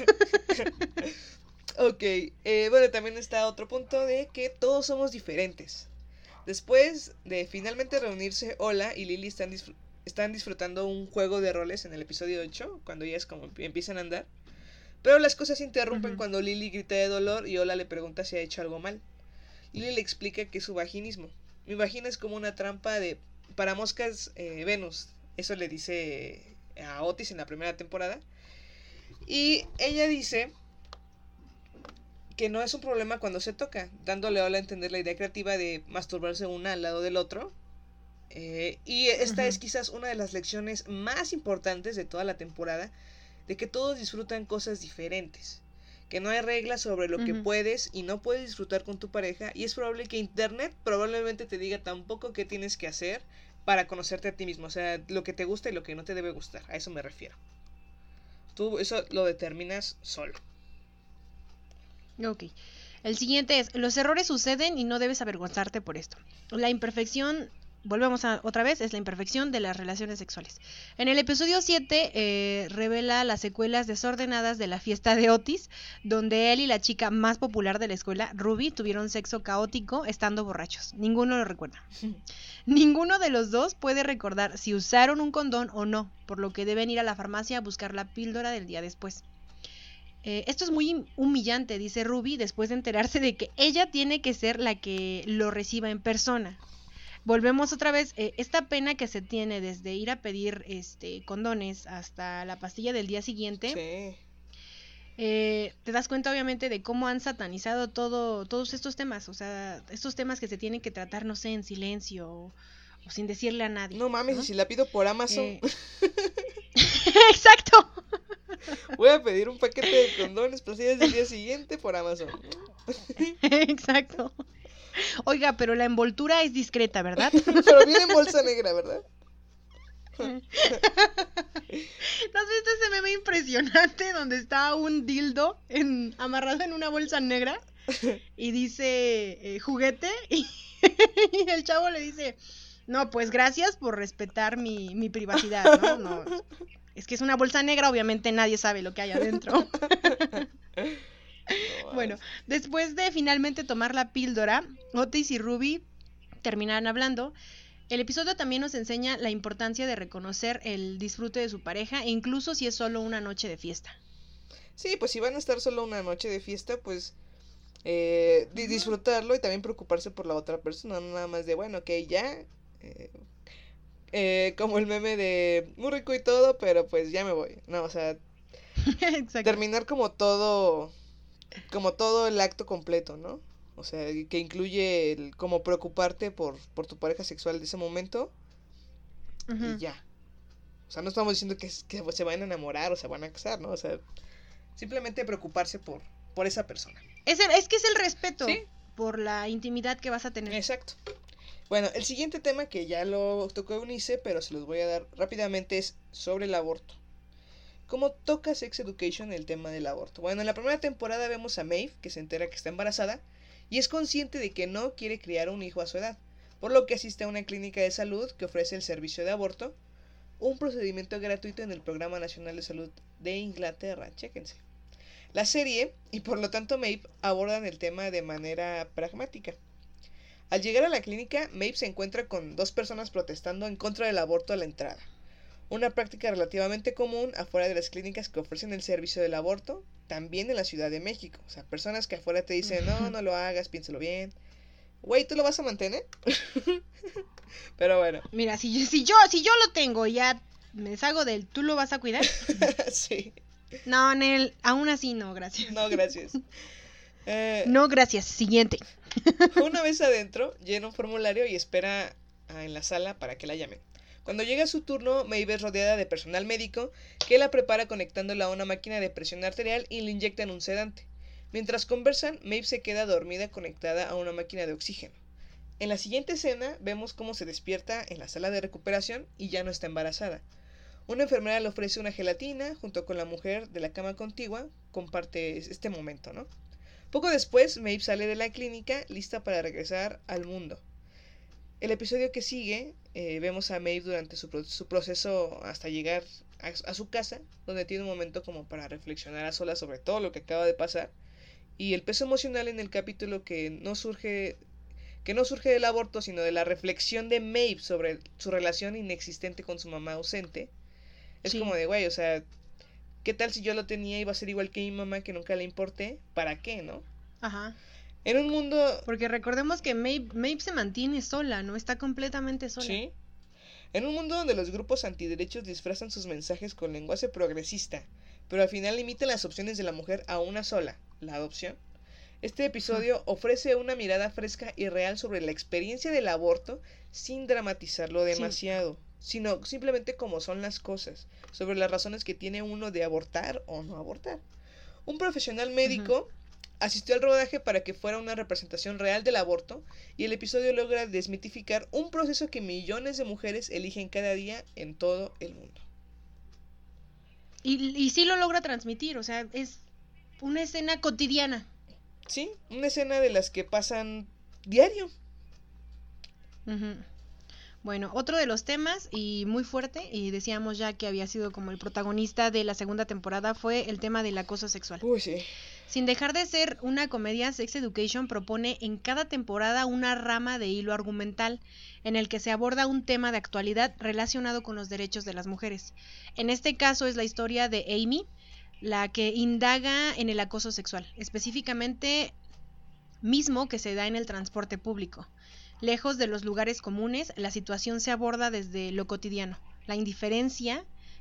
Ok, eh, bueno, también está otro punto de que todos somos diferentes. Después de finalmente reunirse, Ola y Lily están, disfr- están disfrutando un juego de roles en el episodio ocho, cuando ya es como empiezan a andar. Pero las cosas se interrumpen uh-huh. cuando Lily grita de dolor y Ola le pregunta si ha hecho algo mal. Lily le explica que es su vaginismo. Mi vagina es como una trampa de para moscas eh, Venus. Eso le dice a Otis en la primera temporada. Y ella dice que no es un problema cuando se toca, dándole a Ola a entender la idea creativa de masturbarse una al lado del otro. Eh, y esta uh-huh. es quizás una de las lecciones más importantes de toda la temporada, de que todos disfrutan cosas diferentes. Que no hay reglas sobre lo uh-huh. que puedes y no puedes disfrutar con tu pareja, y es probable que internet probablemente te diga tampoco qué tienes que hacer para conocerte a ti mismo, o sea, lo que te gusta y lo que no te debe gustar, a eso me refiero. Tú eso lo determinas solo. Ok, el siguiente es, los errores suceden y no debes avergonzarte por esto. La imperfección... Volvemos a otra vez, es la imperfección de las relaciones sexuales. En el episodio siete eh, revela las secuelas desordenadas de la fiesta de Otis, donde él y la chica más popular de la escuela, Ruby, tuvieron sexo caótico estando borrachos. Ninguno lo recuerda. Ninguno de los dos puede recordar si usaron un condón o no, por lo que deben ir a la farmacia a buscar la píldora del día después. Eh, esto es muy humillante, dice Ruby, después de enterarse de que ella tiene que ser la que lo reciba en persona. Volvemos otra vez, eh, esta pena que se tiene desde ir a pedir este condones hasta la pastilla del día siguiente, sí. eh, te das cuenta obviamente de cómo han satanizado todo, todos estos temas, o sea, estos temas que se tienen que tratar, no sé, en silencio o, o sin decirle a nadie. No mames, ¿no? y si la pido por Amazon. Eh... Exacto. Voy a pedir un paquete de condones placidas el día siguiente por Amazon. Exacto. Oiga, pero la envoltura es discreta, ¿verdad? Pero viene en bolsa negra, ¿verdad? ¿No has visto ese meme impresionante donde está un dildo en, amarrado en una bolsa negra y dice eh, juguete y, y el chavo le dice, no, pues gracias por respetar mi, mi privacidad, ¿no? No, es que es una bolsa negra, obviamente nadie sabe lo que hay adentro. Bueno, después de finalmente tomar la píldora, Otis y Ruby terminaron hablando. El episodio también nos enseña la importancia de reconocer el disfrute de su pareja, e incluso si es solo una noche de fiesta. Sí, pues si van a estar solo una noche de fiesta, pues eh, di- disfrutarlo y también preocuparse por la otra persona, no nada más de, bueno, ok, ya, eh, eh, como el meme de muy rico y todo, pero pues ya me voy, no, o sea, Exacto. terminar como todo, como todo el acto completo, ¿no? O sea, que incluye el, como preocuparte por, por tu pareja sexual de ese momento. Uh-huh. Y ya. O sea, no estamos diciendo que, que se van a enamorar o se van a casar, ¿no? O sea, simplemente preocuparse por, por esa persona. Es, el, es que es el respeto, ¿sí? Por la intimidad que vas a tener. Exacto. Bueno, el siguiente tema que ya lo tocó Eunice, pero se los voy a dar rápidamente, es sobre el aborto. ¿Cómo toca Sex Education el tema del aborto? Bueno, en la primera temporada vemos a Maeve, que se entera que está embarazada, y es consciente de que no quiere criar un hijo a su edad, por lo que asiste a una clínica de salud que ofrece el servicio de aborto, un procedimiento gratuito en el Programa Nacional de Salud de Inglaterra, chéquense. La serie, y por lo tanto Maeve, abordan el tema de manera pragmática. Al llegar a la clínica, Maeve se encuentra con dos personas protestando en contra del aborto a la entrada, una práctica relativamente común afuera de las clínicas que ofrecen el servicio del aborto, también en la Ciudad de México. O sea, personas que afuera te dicen, no, no lo hagas, piénsalo bien. Güey, ¿tú lo vas a mantener? Pero bueno. Mira, si, si, yo, si yo lo tengo y ya me deshago del, ¿tú lo vas a cuidar? Sí. No, Nel, aún así no, gracias. No, gracias. Eh, no, gracias, siguiente. Una vez adentro, llena un formulario y espera en la sala para que la llamen. Cuando llega su turno, Maeve es rodeada de personal médico que la prepara conectándola a una máquina de presión arterial y le inyectan un sedante. Mientras conversan, Maeve se queda dormida conectada a una máquina de oxígeno. En la siguiente escena vemos cómo se despierta en la sala de recuperación y ya no está embarazada. Una enfermera le ofrece una gelatina junto con la mujer de la cama contigua, comparte este momento, ¿no? Poco después, Maeve sale de la clínica lista para regresar al mundo. El episodio que sigue, eh, vemos a Maeve durante su, su proceso hasta llegar a, a su casa, donde tiene un momento como para reflexionar a solas sobre todo lo que acaba de pasar, y el peso emocional en el capítulo que no surge, que no surge del aborto, sino de la reflexión de Maeve sobre su relación inexistente con su mamá ausente, es sí. Como de, güey, o sea, ¿qué tal si yo lo tenía y iba a ser igual que mi mamá, que nunca le importé? ¿Para qué, no? Ajá. En un mundo... Porque recordemos que Maeve, Maeve se mantiene sola, ¿no? Está completamente sola. Sí. En un mundo donde los grupos antiderechos disfrazan sus mensajes con lenguaje progresista, pero al final limitan las opciones de la mujer a una sola, la adopción, este episodio uh-huh. ofrece una mirada fresca y real sobre la experiencia del aborto sin dramatizarlo demasiado, sí. sino simplemente como son las cosas, sobre las razones que tiene uno de abortar o no abortar. Un profesional médico... Uh-huh. asistió al rodaje para que fuera una representación real del aborto y el episodio logra desmitificar un proceso que millones de mujeres eligen cada día en todo el mundo. Y, y sí lo logra transmitir, o sea, es una escena cotidiana. Sí, una escena de las que pasan diario. Uh-huh. Bueno, otro de los temas y muy fuerte, y decíamos ya que había sido como el protagonista de la segunda temporada, fue el tema del acoso sexual. Uy, sí. Sin dejar de ser una comedia, Sex Education propone en cada temporada una rama de hilo argumental en el que se aborda un tema de actualidad relacionado con los derechos de las mujeres. En este caso es la historia de Amy, la que indaga en el acoso sexual, específicamente mismo que se da en el transporte público. Lejos de los lugares comunes, la situación se aborda desde lo cotidiano, la indiferencia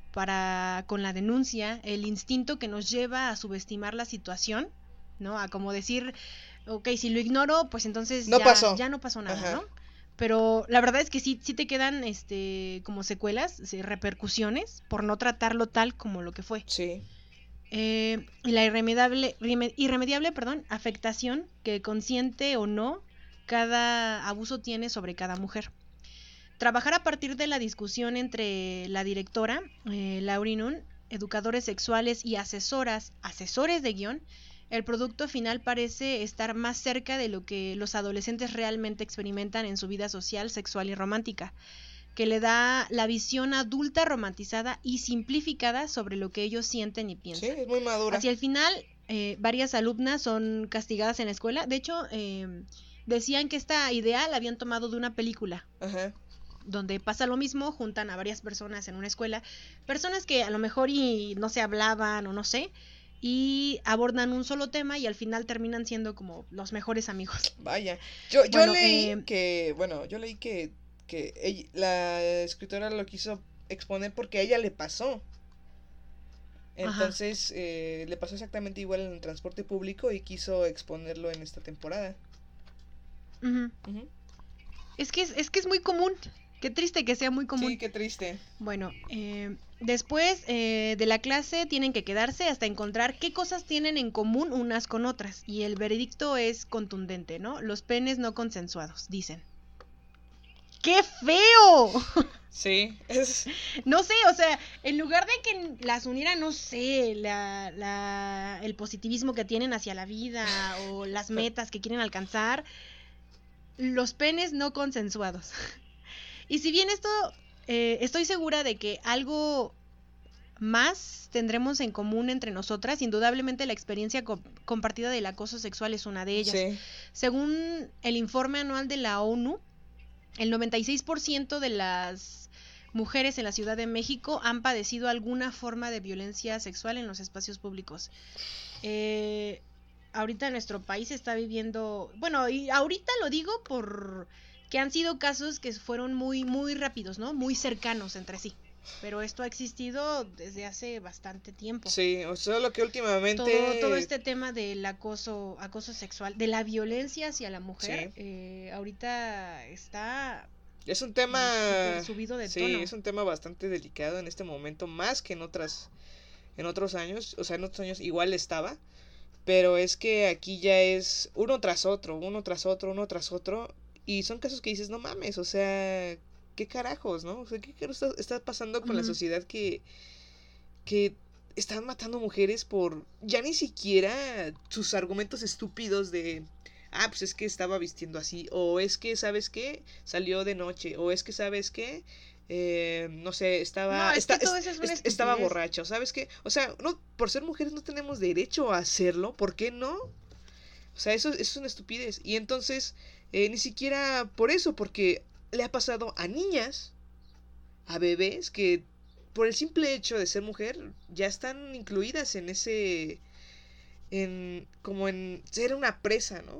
para con la denuncia, el instinto que nos lleva a subestimar la situación, ¿no? A como decir, ok, si lo ignoro, pues entonces no ya, pasó. ya no pasó nada, Ajá. ¿no? Pero la verdad es que sí, sí te quedan este como secuelas, sí, repercusiones, por no tratarlo tal como lo que fue. Sí. Eh, y la irremediable, irremediable perdón, afectación que, consciente o no, cada abuso tiene sobre cada mujer. Trabajar a partir de la discusión entre la directora, eh, Laurie Nunn, educadores sexuales y asesoras, asesores de guión, el producto final parece estar más cerca de lo que los adolescentes realmente experimentan en su vida social, sexual y romántica, que le da la visión adulta romantizada y simplificada sobre lo que ellos sienten y piensan. Sí, es muy madura. Hacia el final, eh, varias alumnas son castigadas en la escuela. De hecho, eh, decían que esta idea la habían tomado de una película. Ajá. Donde pasa lo mismo, juntan a varias personas en una escuela, personas que a lo mejor y no se hablaban o no sé, y abordan un solo tema y al final terminan siendo como los mejores amigos. Vaya, yo, yo Bueno, leí eh, que, bueno, yo leí que, que ella- la escritora lo quiso exponer porque a ella le pasó. Entonces, eh, le pasó exactamente igual en el transporte público y quiso exponerlo en esta temporada. ujú. Ujú. Es que es, es que es muy común. Qué triste que sea muy común. Sí, qué triste. Bueno, eh, después eh, de la clase tienen que quedarse hasta encontrar qué cosas tienen en común unas con otras. Y el veredicto es contundente, ¿no? Los penes no consensuados, dicen. ¡Qué feo! Sí, es... No sé, o sea, en lugar de que las uniera, no sé, la, la, el positivismo que tienen hacia la vida o las metas que quieren alcanzar, los penes no consensuados. Y si bien esto, eh, estoy segura de que algo más tendremos en común entre nosotras, indudablemente la experiencia co- compartida del acoso sexual es una de ellas. Sí. Según el informe anual de la ONU, el noventa y seis por ciento de las mujeres en la Ciudad de México han padecido alguna forma de violencia sexual en los espacios públicos. Eh, ahorita nuestro país está viviendo, bueno, y ahorita lo digo por que han sido casos que fueron muy, muy rápidos, ¿no? Muy cercanos entre sí. Pero esto ha existido desde hace bastante tiempo. Sí, o solo que últimamente... Todo, todo este tema del acoso, acoso sexual, de la violencia hacia la mujer, Sí. eh, ahorita está Es un tema... súper subido de sí, tono. es un tema bastante delicado en este momento, más que en otras... En otros años, o sea, en otros años igual estaba, pero es que aquí ya es uno tras otro, uno tras otro, uno tras otro, y son casos que dices, no mames, o sea, ¿qué carajos, no? O sea, ¿qué carajos está, está pasando con Ujú. la sociedad que, que están matando mujeres por ya ni siquiera sus argumentos estúpidos de, ah, pues es que estaba vistiendo así, o es que, ¿sabes qué? Salió de noche, o es que, ¿sabes qué? Eh, no sé, estaba No, es esta- que todo es- eso es una es- estaba estupidez. borracho, ¿sabes qué? O sea, no, por ser mujeres no tenemos derecho a hacerlo, ¿por qué no? O sea, eso, eso es una estupidez. Y entonces, eh, ni siquiera por eso, porque le ha pasado a niñas, a bebés, que por el simple hecho de ser mujer, ya están incluidas en ese, en, como en ser una presa, ¿no?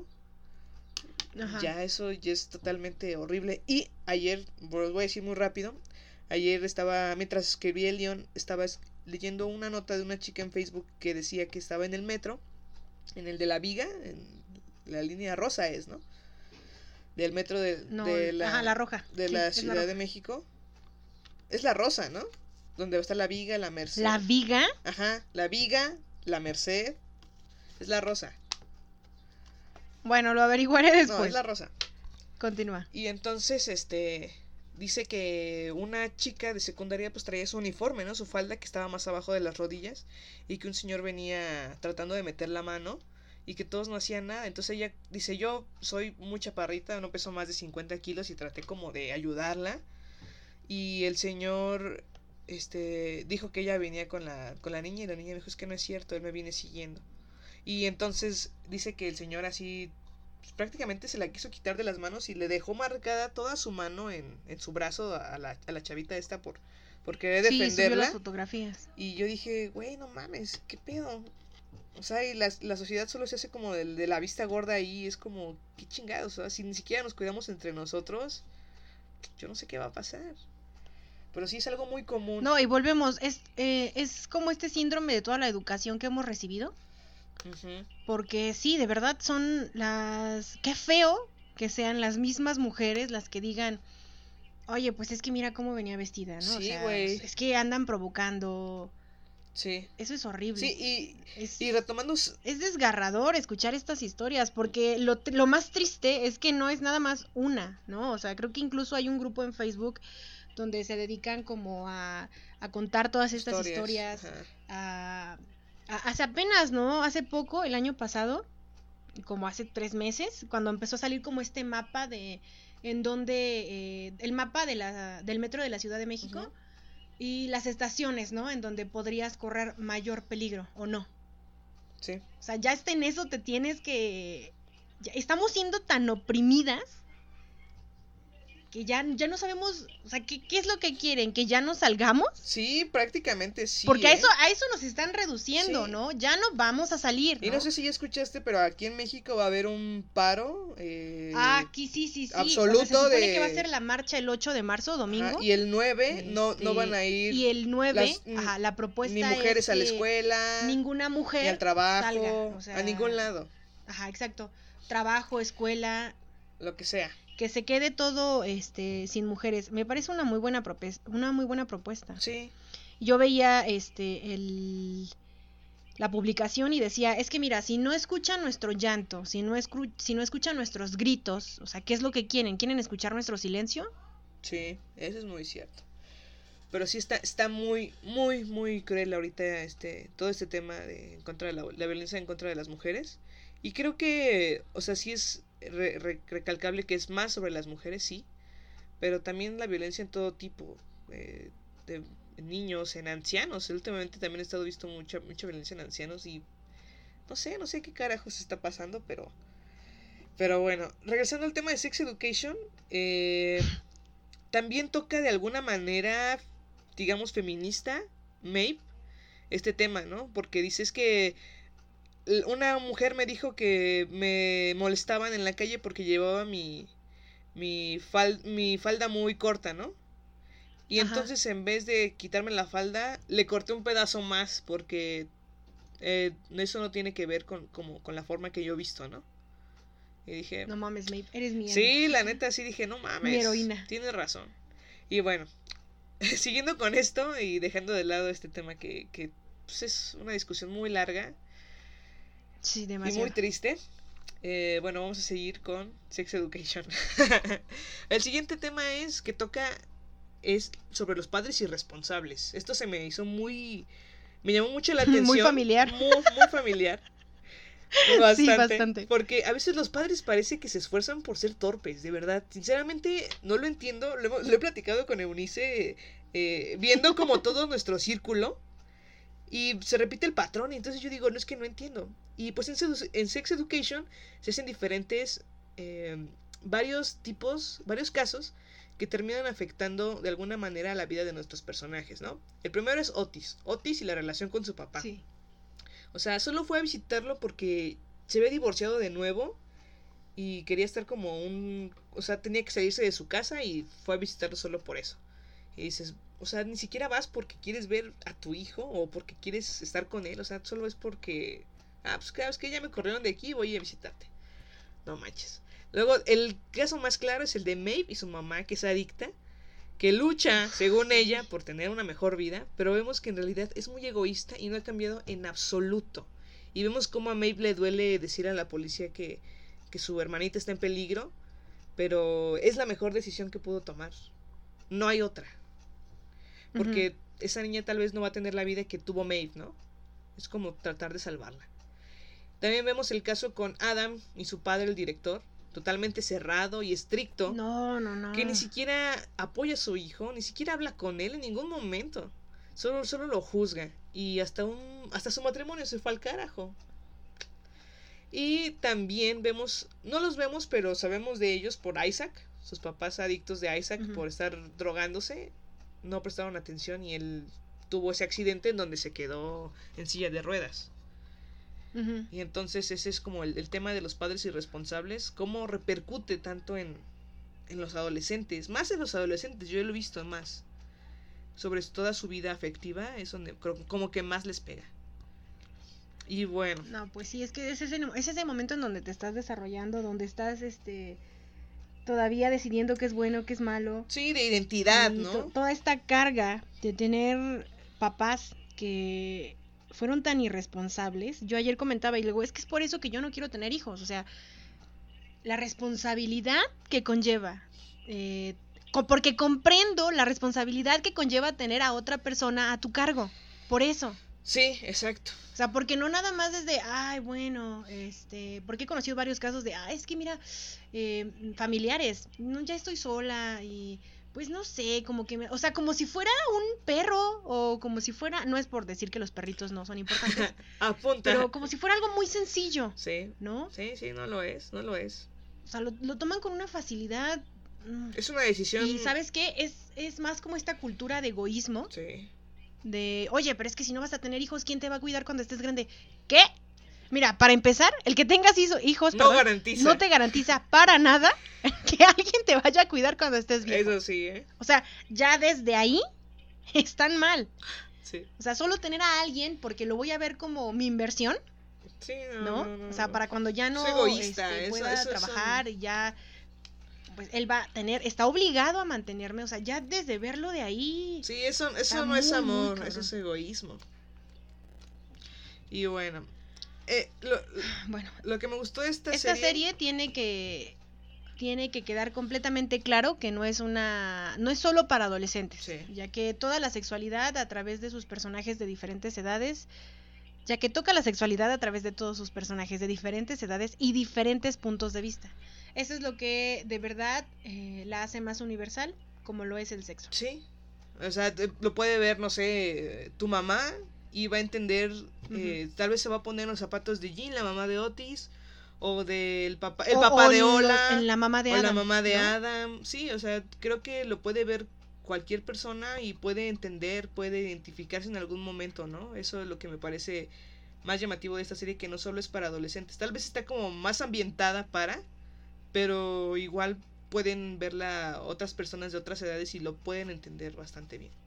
Ajá. Ya eso ya es totalmente horrible. Y ayer, os voy a decir muy rápido, ayer estaba, mientras escribía el guión, estaba es- leyendo una nota de una chica en Facebook que decía que estaba en el metro, en el de la Viga, en la línea rosa es, ¿no? Del metro de, No, de la, ajá, la roja. de Sí, la es la Ciudad roja. de México. Es la rosa, ¿no? Donde está la Viga, la Merced. ¿La Viga? Ajá, la Viga, la Merced. Es la rosa. Bueno, lo averiguaré No, después. es la rosa. Continúa. Y entonces, este, dice que una chica de secundaria pues traía su uniforme, ¿no? Su falda que estaba más abajo de las rodillas y que un señor venía tratando de meter la mano y que todos no hacían nada. Entonces ella dice, yo soy muy chaparrita, no peso más de cincuenta kilos y traté como de ayudarla. Y el señor, este, dijo que ella venía con la, con la niña y la niña dijo, es que no es cierto, él me viene siguiendo. Y entonces dice que el señor así pues, prácticamente se la quiso quitar de las manos y le dejó marcada toda su mano en, en su brazo a la, a la chavita esta por, por querer Sí, subió defenderla. las fotografías. Y yo dije, güey, no mames, ¿qué pedo? O sea, y la, la sociedad solo se hace como de, de la vista gorda ahí, es como, qué chingados, o sea, si ni siquiera nos cuidamos entre nosotros, yo no sé qué va a pasar. pero sí es algo muy común. No, y volvemos, es, eh, es como este síndrome de toda la educación que hemos recibido. Uh-huh. Porque sí, de verdad son las... Qué feo que sean las mismas mujeres las que digan, oye, pues es que mira cómo venía vestida, ¿no? Sí, o sea, güey. es que andan provocando. Sí. Eso es horrible. Sí, y, es, y retomando... Es desgarrador escuchar estas historias, porque lo, lo más triste es que no es nada más una, ¿no? O sea, creo que incluso hay un grupo en Facebook donde se dedican como a, a contar todas estas historias, historias a, a, hace apenas, ¿no? Hace poco, el año pasado, como hace tres meses, cuando empezó a salir como este mapa de... en donde... Eh, el mapa de la, del metro de la Ciudad de México... Uh-huh. Y las estaciones, ¿no? En donde podrías correr mayor peligro, ¿o no? Sí. O sea, ya está en eso, te tienes que... Ya estamos siendo tan oprimidas que ya, ya no sabemos, o sea, ¿qué, ¿qué es lo que quieren? ¿Que ya no salgamos? Sí, prácticamente sí. Porque ¿eh? a eso, a eso nos están reduciendo, sí. ¿no? Ya no vamos a salir, ¿no? Y no sé si ya escuchaste, pero aquí en México va a haber un paro. Eh, ah, aquí sí, sí, sí. Absoluto. O sea, se supone de... que va a ser la marcha el ocho de marzo, domingo. Ajá, y el nueve este... no, no van a ir. Y el nueve, las, ajá, la propuesta ni mujeres es a la escuela. Ninguna mujer ni al trabajo. Salga, o sea, a ningún lado. Ajá, exacto. Trabajo, escuela. Lo que sea. Que se quede todo este sin mujeres. Me parece una muy buena propuesta, una muy buena propuesta. Sí. Yo veía este el la publicación y decía, es que mira, si no escuchan nuestro llanto, si no escu- si no escuchan nuestros gritos, o sea, ¿qué es lo que quieren? ¿Quieren escuchar nuestro silencio? Sí, eso es muy cierto. Pero sí está está muy muy muy cruel ahorita este todo este tema de en contra de la, la violencia en contra de las mujeres. Y creo que, o sea, sí es Re, re, recalcable que es más sobre las mujeres, sí, pero también la violencia en todo tipo, eh, de en niños, en ancianos. Últimamente también he estado visto mucha mucha violencia en ancianos y no sé, no sé qué carajos está pasando, pero pero bueno, regresando al tema de Sex Education, eh, también toca de alguna manera, digamos, feminista, Maeve, este tema, ¿no? Porque dices que una mujer me dijo que me molestaban en la calle porque llevaba mi mi, fal, mi falda muy corta, ¿no? Y Ajá. entonces en vez de quitarme la falda, le corté un pedazo más porque eh, eso no tiene que ver con, como, con la forma que yo he visto, ¿no? Y dije... No mames, Maeve, eres mi Sí, la neta, sí dije, no mames. Mi heroína. Tienes razón. Y bueno, siguiendo con esto y dejando de lado este tema que, que pues es una discusión muy larga. Sí, demasiado. Y muy triste. Eh, bueno, vamos a seguir con Sex Education. El siguiente tema es que toca es sobre los padres irresponsables. Esto se me hizo muy... Me llamó mucho la atención. Muy familiar. Muy, muy familiar. Bastante, sí, bastante. Porque a veces los padres parece que se esfuerzan por ser torpes, de verdad. Sinceramente, no lo entiendo. Lo, hemos, lo he platicado con Eunice, eh, viendo como todo nuestro círculo. Y se repite el patrón, y entonces yo digo, no, es que no entiendo. Y pues en, sedu- en Sex Education se hacen diferentes, eh, varios tipos, varios casos que terminan afectando de alguna manera la vida de nuestros personajes, ¿no? El primero es Otis, Otis y la relación con su papá. Sí. O sea, solo fue a visitarlo porque se había divorciado de nuevo y quería estar como un... O sea, tenía que salirse de su casa y fue a visitarlo solo por eso. Y dices... O sea, ni siquiera vas porque quieres ver a tu hijo o porque quieres estar con él. O sea, solo es porque... Ah, pues claro, es que ya me corrieron de aquí y voy a visitarte. No manches. Luego, el caso más claro es el de Maeve y su mamá, que es adicta. Que lucha, según ella, por tener una mejor vida. Pero vemos que en realidad es muy egoísta y no ha cambiado en absoluto. Y vemos cómo a Maeve le duele decir a la policía que, que su hermanita está en peligro. Pero es la mejor decisión que pudo tomar. No hay otra. Porque uh-huh. esa niña tal vez no va a tener la vida que tuvo Maeve, ¿no? Es como tratar de salvarla. También vemos el caso con Adam y su padre, el director, totalmente cerrado y estricto. No, no, no. Que ni siquiera apoya a su hijo, ni siquiera habla con él en ningún momento. Solo, solo lo juzga. Y hasta un, hasta su matrimonio se fue al carajo. Y también vemos, no los vemos, pero sabemos de ellos por Isaac, sus papás adictos de Isaac, uh-huh. por estar drogándose. No prestaron atención y él tuvo ese accidente en donde se quedó en silla de ruedas. Uh-huh. Y entonces ese es como el, el tema de los padres irresponsables, cómo repercute tanto en, en los adolescentes, más en los adolescentes, yo lo he visto más. sobre toda su vida afectiva, es donde creo, como que más les pega. Y bueno. No, pues sí, es que es ese, es ese momento en donde te estás desarrollando, donde estás este todavía decidiendo qué es bueno, qué es malo. Sí, de identidad, y ¿no? To- toda esta carga de tener papás que fueron tan irresponsables. Yo ayer comentaba y luego, es que es por eso que yo no quiero tener hijos, o sea, la responsabilidad que conlleva, eh, co- porque comprendo la responsabilidad que conlleva tener a otra persona a tu cargo, por eso. Sí, exacto. O sea, porque no nada más desde, ay, bueno, este, porque he conocido varios casos de, ah, es que mira, eh, familiares, no, ya estoy sola y pues no sé, como que me, o sea, como si fuera un perro o como si fuera, no es por decir que los perritos no son importantes, Apunta. pero como si fuera algo muy sencillo, Sí, ¿no? sí, sí, no lo es, no lo es. O sea, lo, lo toman con una facilidad. mm, Es una decisión. Y ¿sabes qué? Es, es más como esta cultura de egoísmo. Sí. De, oye, pero es que si no vas a tener hijos, ¿quién te va a cuidar cuando estés grande? ¿Qué? Mira, para empezar, el que tengas hijo- hijos No perdón, garantiza. no te garantiza para nada que alguien te vaya a cuidar cuando estés viejo. Eso sí, ¿eh? O sea, ya desde ahí están mal. Sí. O sea, solo tener a alguien porque lo voy a ver como mi inversión, Sí, no, ¿no? no, no, O sea, no. para cuando ya no Es egoísta, este, eso- pueda eso es trabajar un- y ya pues él va a tener, está obligado a mantenerme, o sea, ya desde verlo de ahí. Sí, eso, eso Está no es muy, muy amor, cabrón. eso es egoísmo. Y bueno, eh, lo, Bueno, lo que me gustó de esta, esta serie, serie tiene que tiene que quedar completamente claro que no es una no es solo para adolescentes, Sí. ya que toda la sexualidad a través de sus personajes de diferentes edades, ya que toca la sexualidad a través de todos sus personajes de diferentes edades y diferentes puntos de vista. Eso es lo que de verdad eh, la hace más universal, como lo es el sexo. Sí, o sea, te- lo puede ver, no sé, tu mamá y va a entender, eh, tal vez se va a poner en los zapatos de Jean, la mamá de Otis, o del papá, el O- papá o de en los- Ola, en la mamá de o la Adam, mamá de ¿no? Adam, sí, o sea, creo que lo puede ver cualquier persona y puede entender, puede identificarse en algún momento, ¿no? Eso es lo que me parece más llamativo de esta serie, que no solo es para adolescentes, tal vez está como más ambientada para, pero igual pueden verla otras personas de otras edades y lo pueden entender bastante bien.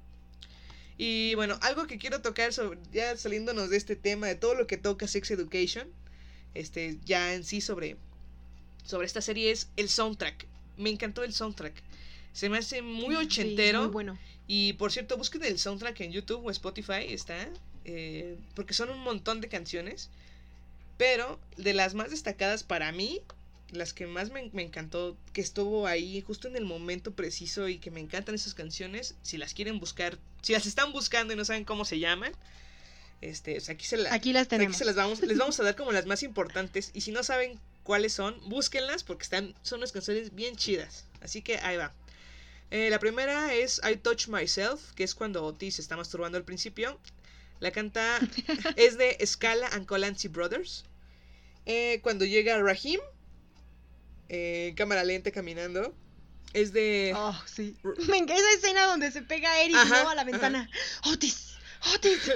Y bueno, algo que quiero tocar sobre, ya saliéndonos de este tema, de todo lo que toca Sex Education, este, ya en sí sobre, sobre esta serie, es el soundtrack. Me encantó el soundtrack. Se me hace muy ochentero. Sí, muy bueno. Y por cierto, busquen el soundtrack en YouTube o Spotify, está. Eh, porque son un montón de canciones. Pero de las más destacadas para mí, las que más me, me encantó, que estuvo ahí justo en el momento preciso y que me encantan esas canciones, si las quieren buscar, si las están buscando y no saben cómo se llaman, este, o sea, aquí se, la, Aquí las tenemos. aquí se las vamos, les vamos a dar como las más importantes. Y si no saben cuáles son, búsquenlas porque están, son unas canciones bien chidas. Así que ahí va. Eh, la primera es I Touch Myself, que es cuando Otis se está masturbando al principio. La canta es de Scala and Colancy Brothers. Eh, cuando llega Raheem, eh, cámara lenta caminando, es de... Oh, sí. Me encanta esa escena donde se pega Eric, Ajá, ¿no? A la ventana. Otis, Otis.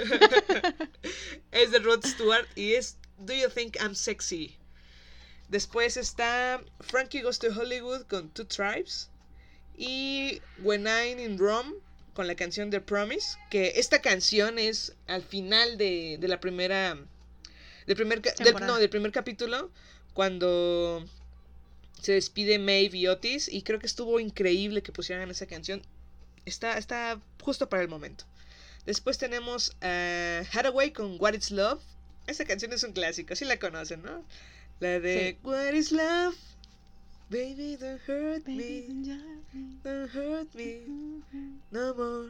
es de Rod Stewart y es Do You Think I'm Sexy. Después está Frankie Goes to Hollywood con Two Tribes. Y When I'm in Rome con la canción The Promise. Que esta canción es al final de, de la primera... Del primer, ca- del, no, del primer capítulo. Cuando se despide Maeve y Otis. Y creo que estuvo increíble que pusieran esa canción. Está, está justo para el momento. Después tenemos uh, Hathaway con What Is Love. Esta canción es un clásico, sí la conocen, ¿no? La de sí. What is love? Baby, don't hurt Baby, me. Don't hurt me. No more.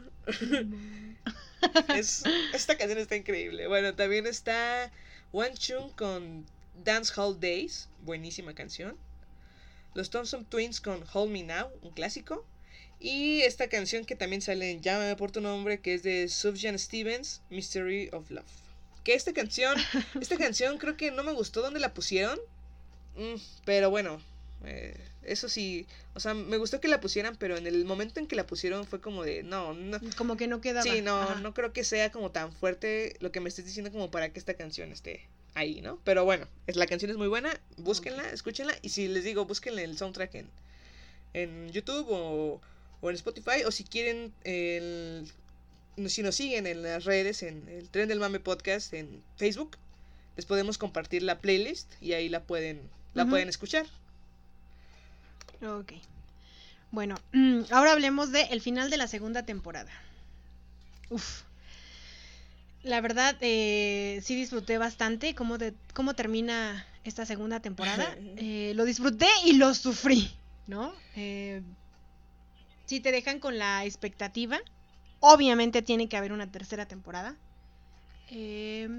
es, esta canción está increíble. Bueno, también está One Chung con Dance Hall Days. Buenísima canción. Los Thompson Twins con Hold Me Now, un clásico. Y esta canción que también sale en Llámame por tu nombre, que es de Sufjan Stevens, Mystery of Love. Que esta canción, esta canción creo que no me gustó dónde la pusieron. Mm, pero bueno, eh, eso sí, o sea, me gustó que la pusieran, pero en el momento en que la pusieron fue como de, no, no. Como que no quedaba. Sí, no, Ajá. no creo que sea como tan fuerte lo que me estés diciendo como para que esta canción esté ahí, ¿no? Pero bueno, es, la canción es muy buena, búsquenla, okay. escúchenla. Y si les digo, búsquenla el soundtrack en, en YouTube o... o en Spotify, o si quieren el, si nos siguen en las redes, en el Tren del Mame Podcast en Facebook, les podemos compartir la playlist y ahí la pueden, la uh-huh. pueden escuchar. Ok. Bueno, ahora hablemos de el final de la segunda temporada. Uf. La verdad, eh, sí disfruté bastante cómo, de, cómo termina esta segunda temporada. Eh, lo disfruté y lo sufrí, ¿no? Eh, si te dejan con la expectativa, obviamente tiene que haber una tercera temporada. Eh,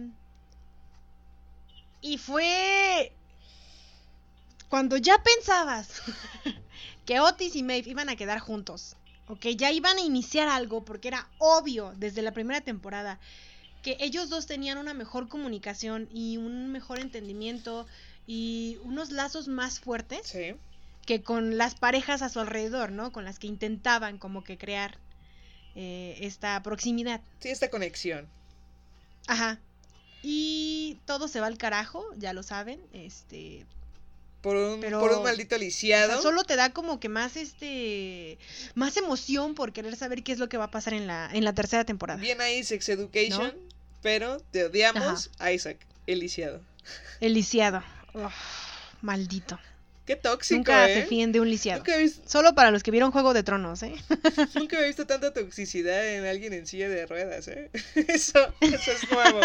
y fue cuando ya pensabas que Otis y Maeve iban a quedar juntos, o que ya iban a iniciar algo, porque era obvio desde la primera temporada que ellos dos tenían una mejor comunicación y un mejor entendimiento y unos lazos más fuertes, sí, que con las parejas a su alrededor, ¿no? Con las que intentaban como que crear eh, esta proximidad. Sí, esta conexión. Ajá. Y todo se va al carajo, ya lo saben, este... Por un, pero, por un maldito lisiado. O sea, solo te da como que más este más emoción por querer saber qué es lo que va a pasar en la, en la tercera temporada. Bien ahí Sex Education, ¿no? Pero te odiamos, ajá, a Isaac, el lisiado. El lisiado. Oh, maldito. Qué tóxico, Nunca ¿eh? se fíen de un lisiado. Nunca he visto... Solo para los que vieron Juego de Tronos, ¿eh? Nunca he visto tanta toxicidad en alguien en silla de ruedas, ¿eh? Eso, eso es nuevo.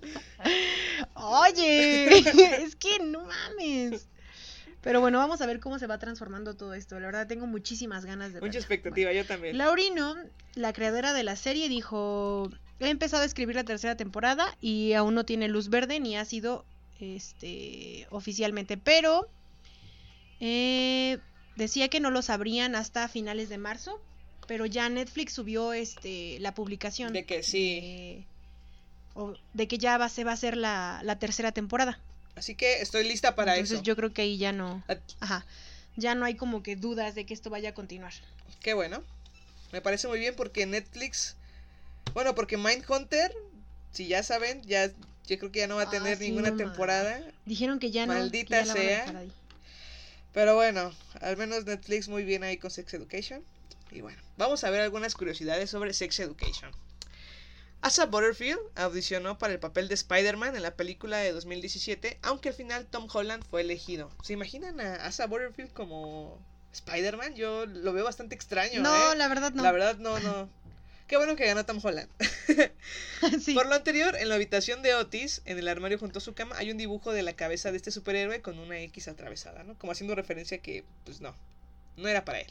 Oye, es que no mames. Pero bueno, vamos a ver cómo se va transformando todo esto. La verdad, tengo muchísimas ganas de verlo. Mucha expectativa, bueno, yo también. Laurino, la creadora de la serie, dijo: he empezado a escribir la tercera temporada y aún no tiene luz verde ni ha sido este oficialmente, pero eh, decía que no lo sabrían hasta finales de marzo, pero ya Netflix subió este la publicación de que sí, de, o, de que ya va, se va a hacer la, la tercera temporada. Así que estoy lista para Entonces, eso. Entonces yo creo que ahí ya no, ajá, ya no hay como que dudas de que esto vaya a continuar. Qué bueno, me parece muy bien porque Netflix, bueno, porque Mindhunter, si ya saben, ya yo creo que ya no va a tener ah, sí, ninguna no, temporada. Dijeron que ya no, maldita que ya sea. Pero bueno, al menos Netflix muy bien ahí con Sex Education. Y bueno, vamos a ver algunas curiosidades sobre Sex Education. Asa Butterfield audicionó para el papel de Spider-Man en la película de dos mil diecisiete, aunque al final Tom Holland fue elegido. ¿Se imaginan a Asa Butterfield como Spider-Man? Yo lo veo bastante extraño. No, ¿eh? la verdad no. La verdad no, no. Qué bueno que ganó Tom Holland. Sí. Por lo anterior, en la habitación de Otis, en el armario junto a su cama, hay un dibujo de la cabeza de este superhéroe con una X atravesada, ¿no? Como haciendo referencia que, pues no, no era para él.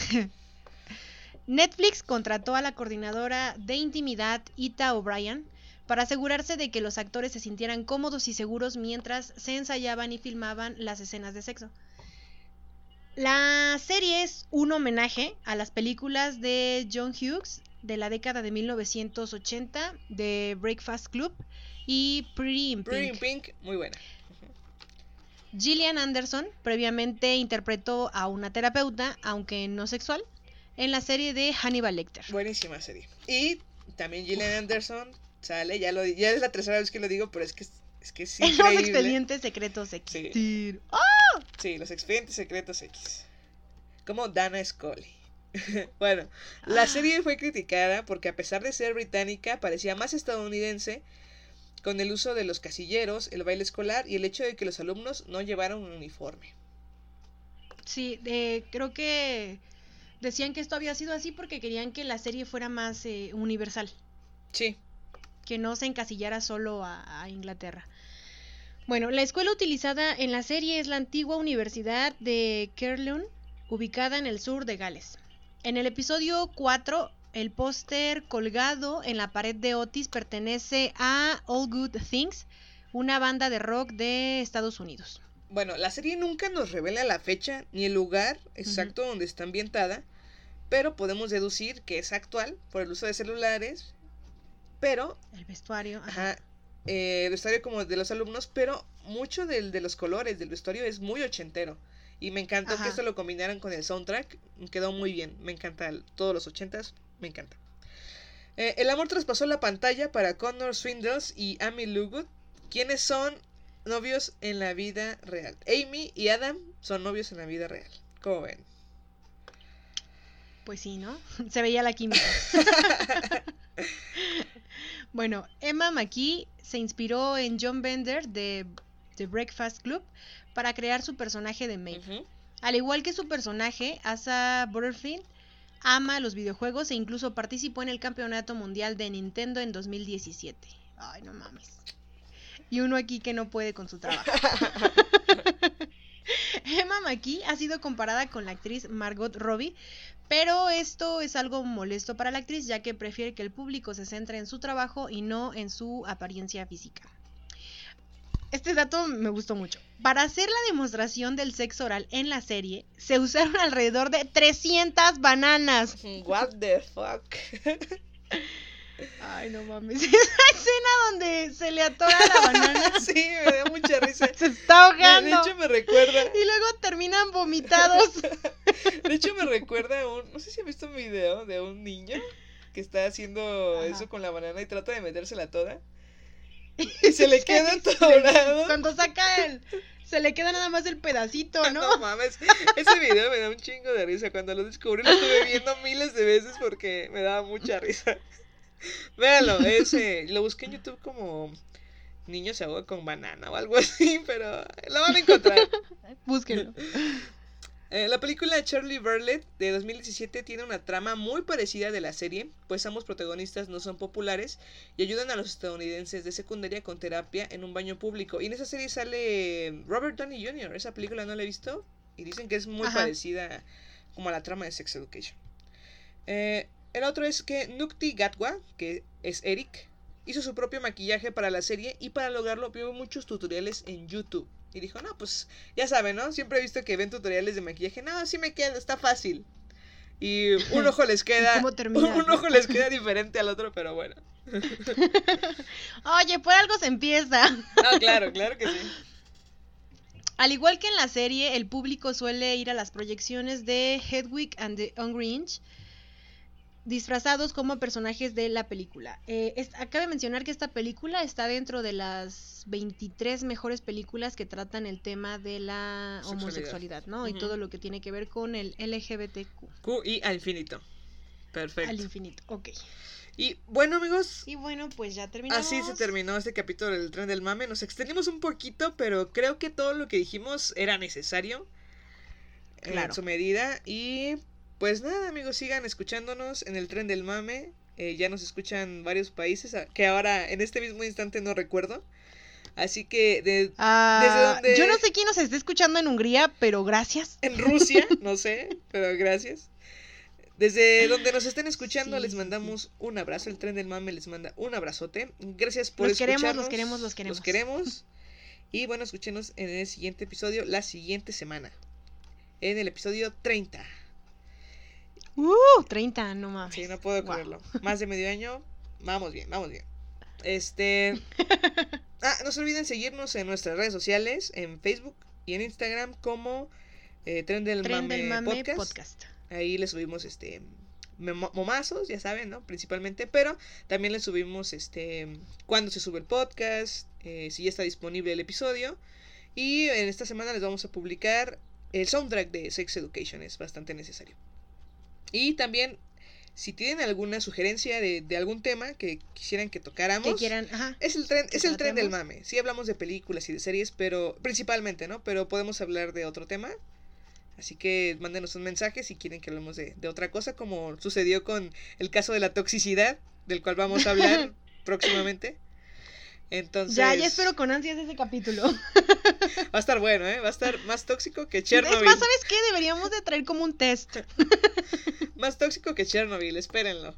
Netflix contrató a la coordinadora de intimidad Ita O'Brien para asegurarse de que los actores se sintieran cómodos y seguros mientras se ensayaban y filmaban las escenas de sexo. La serie es un homenaje a las películas de John Hughes de la década de mil novecientos ochenta, de Breakfast Club y Pretty in Pink. Pretty in Pink, muy buena. Uh-huh. Gillian Anderson previamente interpretó a una terapeuta, aunque no sexual, en la serie de Hannibal Lecter. Buenísima serie. Y también Gillian Anderson sale, ya lo ya es la tercera vez que lo digo, pero es que es que es increíble. En los expedientes secretos X. Sí. ¡Oh! Sí, los expedientes secretos X. Como Dana Scully. Bueno, la ah. serie fue criticada porque a pesar de ser británica, parecía más estadounidense, con el uso de los casilleros, el baile escolar y el hecho de que los alumnos no llevaran un uniforme. Sí, eh, creo que decían que esto había sido así porque querían que la serie fuera más eh, universal. Sí. Que no se encasillara solo a, a Inglaterra. Bueno, la escuela utilizada en la serie es la antigua Universidad de Caerleon, ubicada en el sur de Gales. En el episodio cuatro, el póster colgado en la pared de Otis pertenece a All Good Things, una banda de rock de Estados Unidos. Bueno, la serie nunca nos revela la fecha ni el lugar exacto uh-huh. donde está ambientada, pero podemos deducir que es actual por el uso de celulares, pero... El vestuario. Ajá. ajá eh, el vestuario como de los alumnos, pero mucho del, de los colores del vestuario es muy ochentero. Y me encantó ajá. que esto lo combinaran con el soundtrack, quedó muy bien, me encanta, todos los ochentas, me encanta. Eh, el amor traspasó la pantalla para Connor Swindells y Amy Lugood, quienes son novios en la vida real. Amy y Adam son novios en la vida real. ¿Cómo ven? Pues sí, ¿no? Se veía la química. Bueno, Emma McKee se inspiró en John Bender de The Breakfast Club para crear su personaje de Maeve. Ujú. Al igual que su personaje, Asa Butterfield ama los videojuegos e incluso participó en el Campeonato Mundial de Nintendo en dos mil diecisiete. Ay, no mames. Y uno aquí que no puede con su trabajo. Emma McKee ha sido comparada con la actriz Margot Robbie, pero esto es algo molesto para la actriz, ya que prefiere que el público se centre en su trabajo y no en su apariencia física. Este dato me gustó mucho. Para hacer la demostración del sexo oral en la serie, se usaron alrededor de trescientas bananas. What the fuck. Ay, no mames. Esa escena donde se le atora la banana. Sí, me da mucha risa. Se está De, de ahogando. hecho me recuerda. Y luego terminan vomitados. De hecho me recuerda a un, no sé si han visto un video de un niño que está haciendo Ajá. eso con la banana y trata de metérsela toda. Y se le queda Sí, atorado. Cuando saca el... Se le queda nada más el pedacito, ¿no? No mames, ese video me da un chingo de risa. Cuando lo descubrí lo estuve viendo miles de veces porque me daba mucha risa. Véanlo, ese, lo busqué en YouTube como niño se ahoga con banana o algo así, pero lo van a encontrar. Búsquenlo. Eh, la película Charlie Burlet de dos mil diecisiete tiene una trama muy parecida de la serie, pues ambos protagonistas no son populares y ayudan a los estadounidenses de secundaria con terapia en un baño público. Y en esa serie sale Robert Downey junior Esa película no la he visto y dicen que es muy Ajá. parecida como a la trama de Sex Education. Eh, el otro es que Nukti Gatwa, que es Eric, hizo su propio maquillaje para la serie y para lograrlo vio muchos tutoriales en YouTube. Y dijo, no, pues ya saben, ¿no? Siempre he visto que ven tutoriales de maquillaje. No, así me queda, está fácil. Y un ojo les queda... ¿Cómo termina? Un, un ojo les queda diferente al otro, pero bueno. Oye, por algo se empieza. No, claro, claro que sí. Al igual que en la serie, el público suele ir a las proyecciones de Hedwig and the Hungry Inch disfrazados como personajes de la película. Eh, es, acabe mencionar que esta película está dentro de las veintitrés mejores películas que tratan el tema de la Sexualidad. homosexualidad, ¿no? Ujú. Y todo lo que tiene que ver con el L G B T Q. Q y al infinito. Perfecto. Al infinito, ok. Y bueno, amigos, Y bueno, pues ya terminamos. así se terminó este capítulo del Tren del Mame. Nos extendimos un poquito, pero creo que todo lo que dijimos era necesario. Claro. En su medida. Y pues nada, amigos, sigan escuchándonos en el Tren del Mame. Eh, ya nos escuchan varios países a- que ahora en este mismo instante no recuerdo. Así que de, Ah, ¿desde dónde? Yo no sé quién nos está escuchando en Hungría, pero gracias. En Rusia, no sé, pero gracias. Desde donde nos estén escuchando, Sí, les sí, mandamos un abrazo. El Tren del Mame les manda un abrazote. Gracias por Los queremos, escucharnos. los queremos, los queremos. Los queremos. Y bueno, escúchenos en el siguiente episodio, la siguiente semana. En el episodio treinta. Uh, treinta, no mames. Sí, no puedo Wow. creerlo. Más de medio año. Vamos bien, vamos bien. Este. Ah, no se olviden seguirnos en nuestras redes sociales, en Facebook y en Instagram como eh, Tren del Tren Mame, del Mame Podcast. Podcast. Ahí les subimos este memo- momazos, ya saben, ¿no? Principalmente, pero también les subimos este cuando se sube el podcast, eh, si ya está disponible el episodio. Y en esta semana les vamos a publicar el soundtrack de Sex Education, es bastante necesario. Y también, si tienen alguna sugerencia de, de algún tema que quisieran que tocáramos, Que quieran, ajá. es el tren, que es el tren del tratemos. mame. Sí hablamos de películas y de series, pero principalmente, ¿no? Pero podemos hablar de otro tema. Así que mándenos un mensaje si quieren que hablemos de, de otra cosa, como sucedió con el caso de la toxicidad, del cual vamos a hablar próximamente. Entonces, Ya, ya espero con ansias ese capítulo. va a estar bueno, ¿eh? Va a estar más tóxico que Es Chernobyl. más, ¿sabes qué? Deberíamos de traer como un test. Más tóxico que Chernobyl, espérenlo.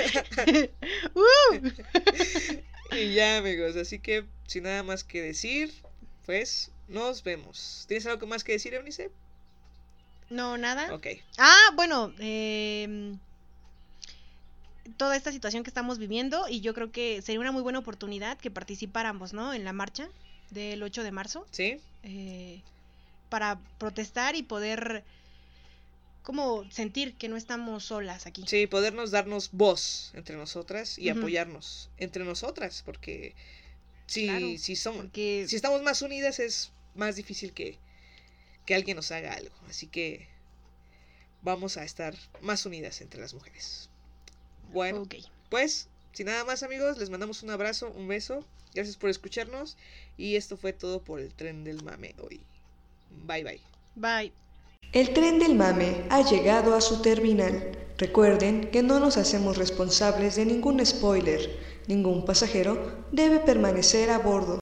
Uh, Y ya, amigos, así que sin nada más que decir, pues nos vemos. ¿Tienes algo más que decir, Eunice? no, nada. Ok. Ah, bueno, eh, toda esta situación que estamos viviendo y yo creo que sería una muy buena oportunidad que participáramos, ¿no? En la marcha del ocho de marzo ¿Sí? eh, para protestar y poder como sentir que no estamos solas aquí. Sí, podernos darnos voz entre nosotras y Ujú. apoyarnos entre nosotras, porque si, Claro, si somos, Porque si estamos más unidas es más difícil que, que alguien nos haga algo. Así que, vamos a estar más unidas entre las mujeres. Bueno, Ok. pues, sin nada más, amigos, les mandamos un abrazo, un beso. Gracias por escucharnos. Y esto fue todo por el Tren del Mame hoy. Bye, bye. Bye. El Tren del Mame ha llegado a su terminal. Recuerden que no nos hacemos responsables de ningún spoiler. Ningún pasajero debe permanecer a bordo.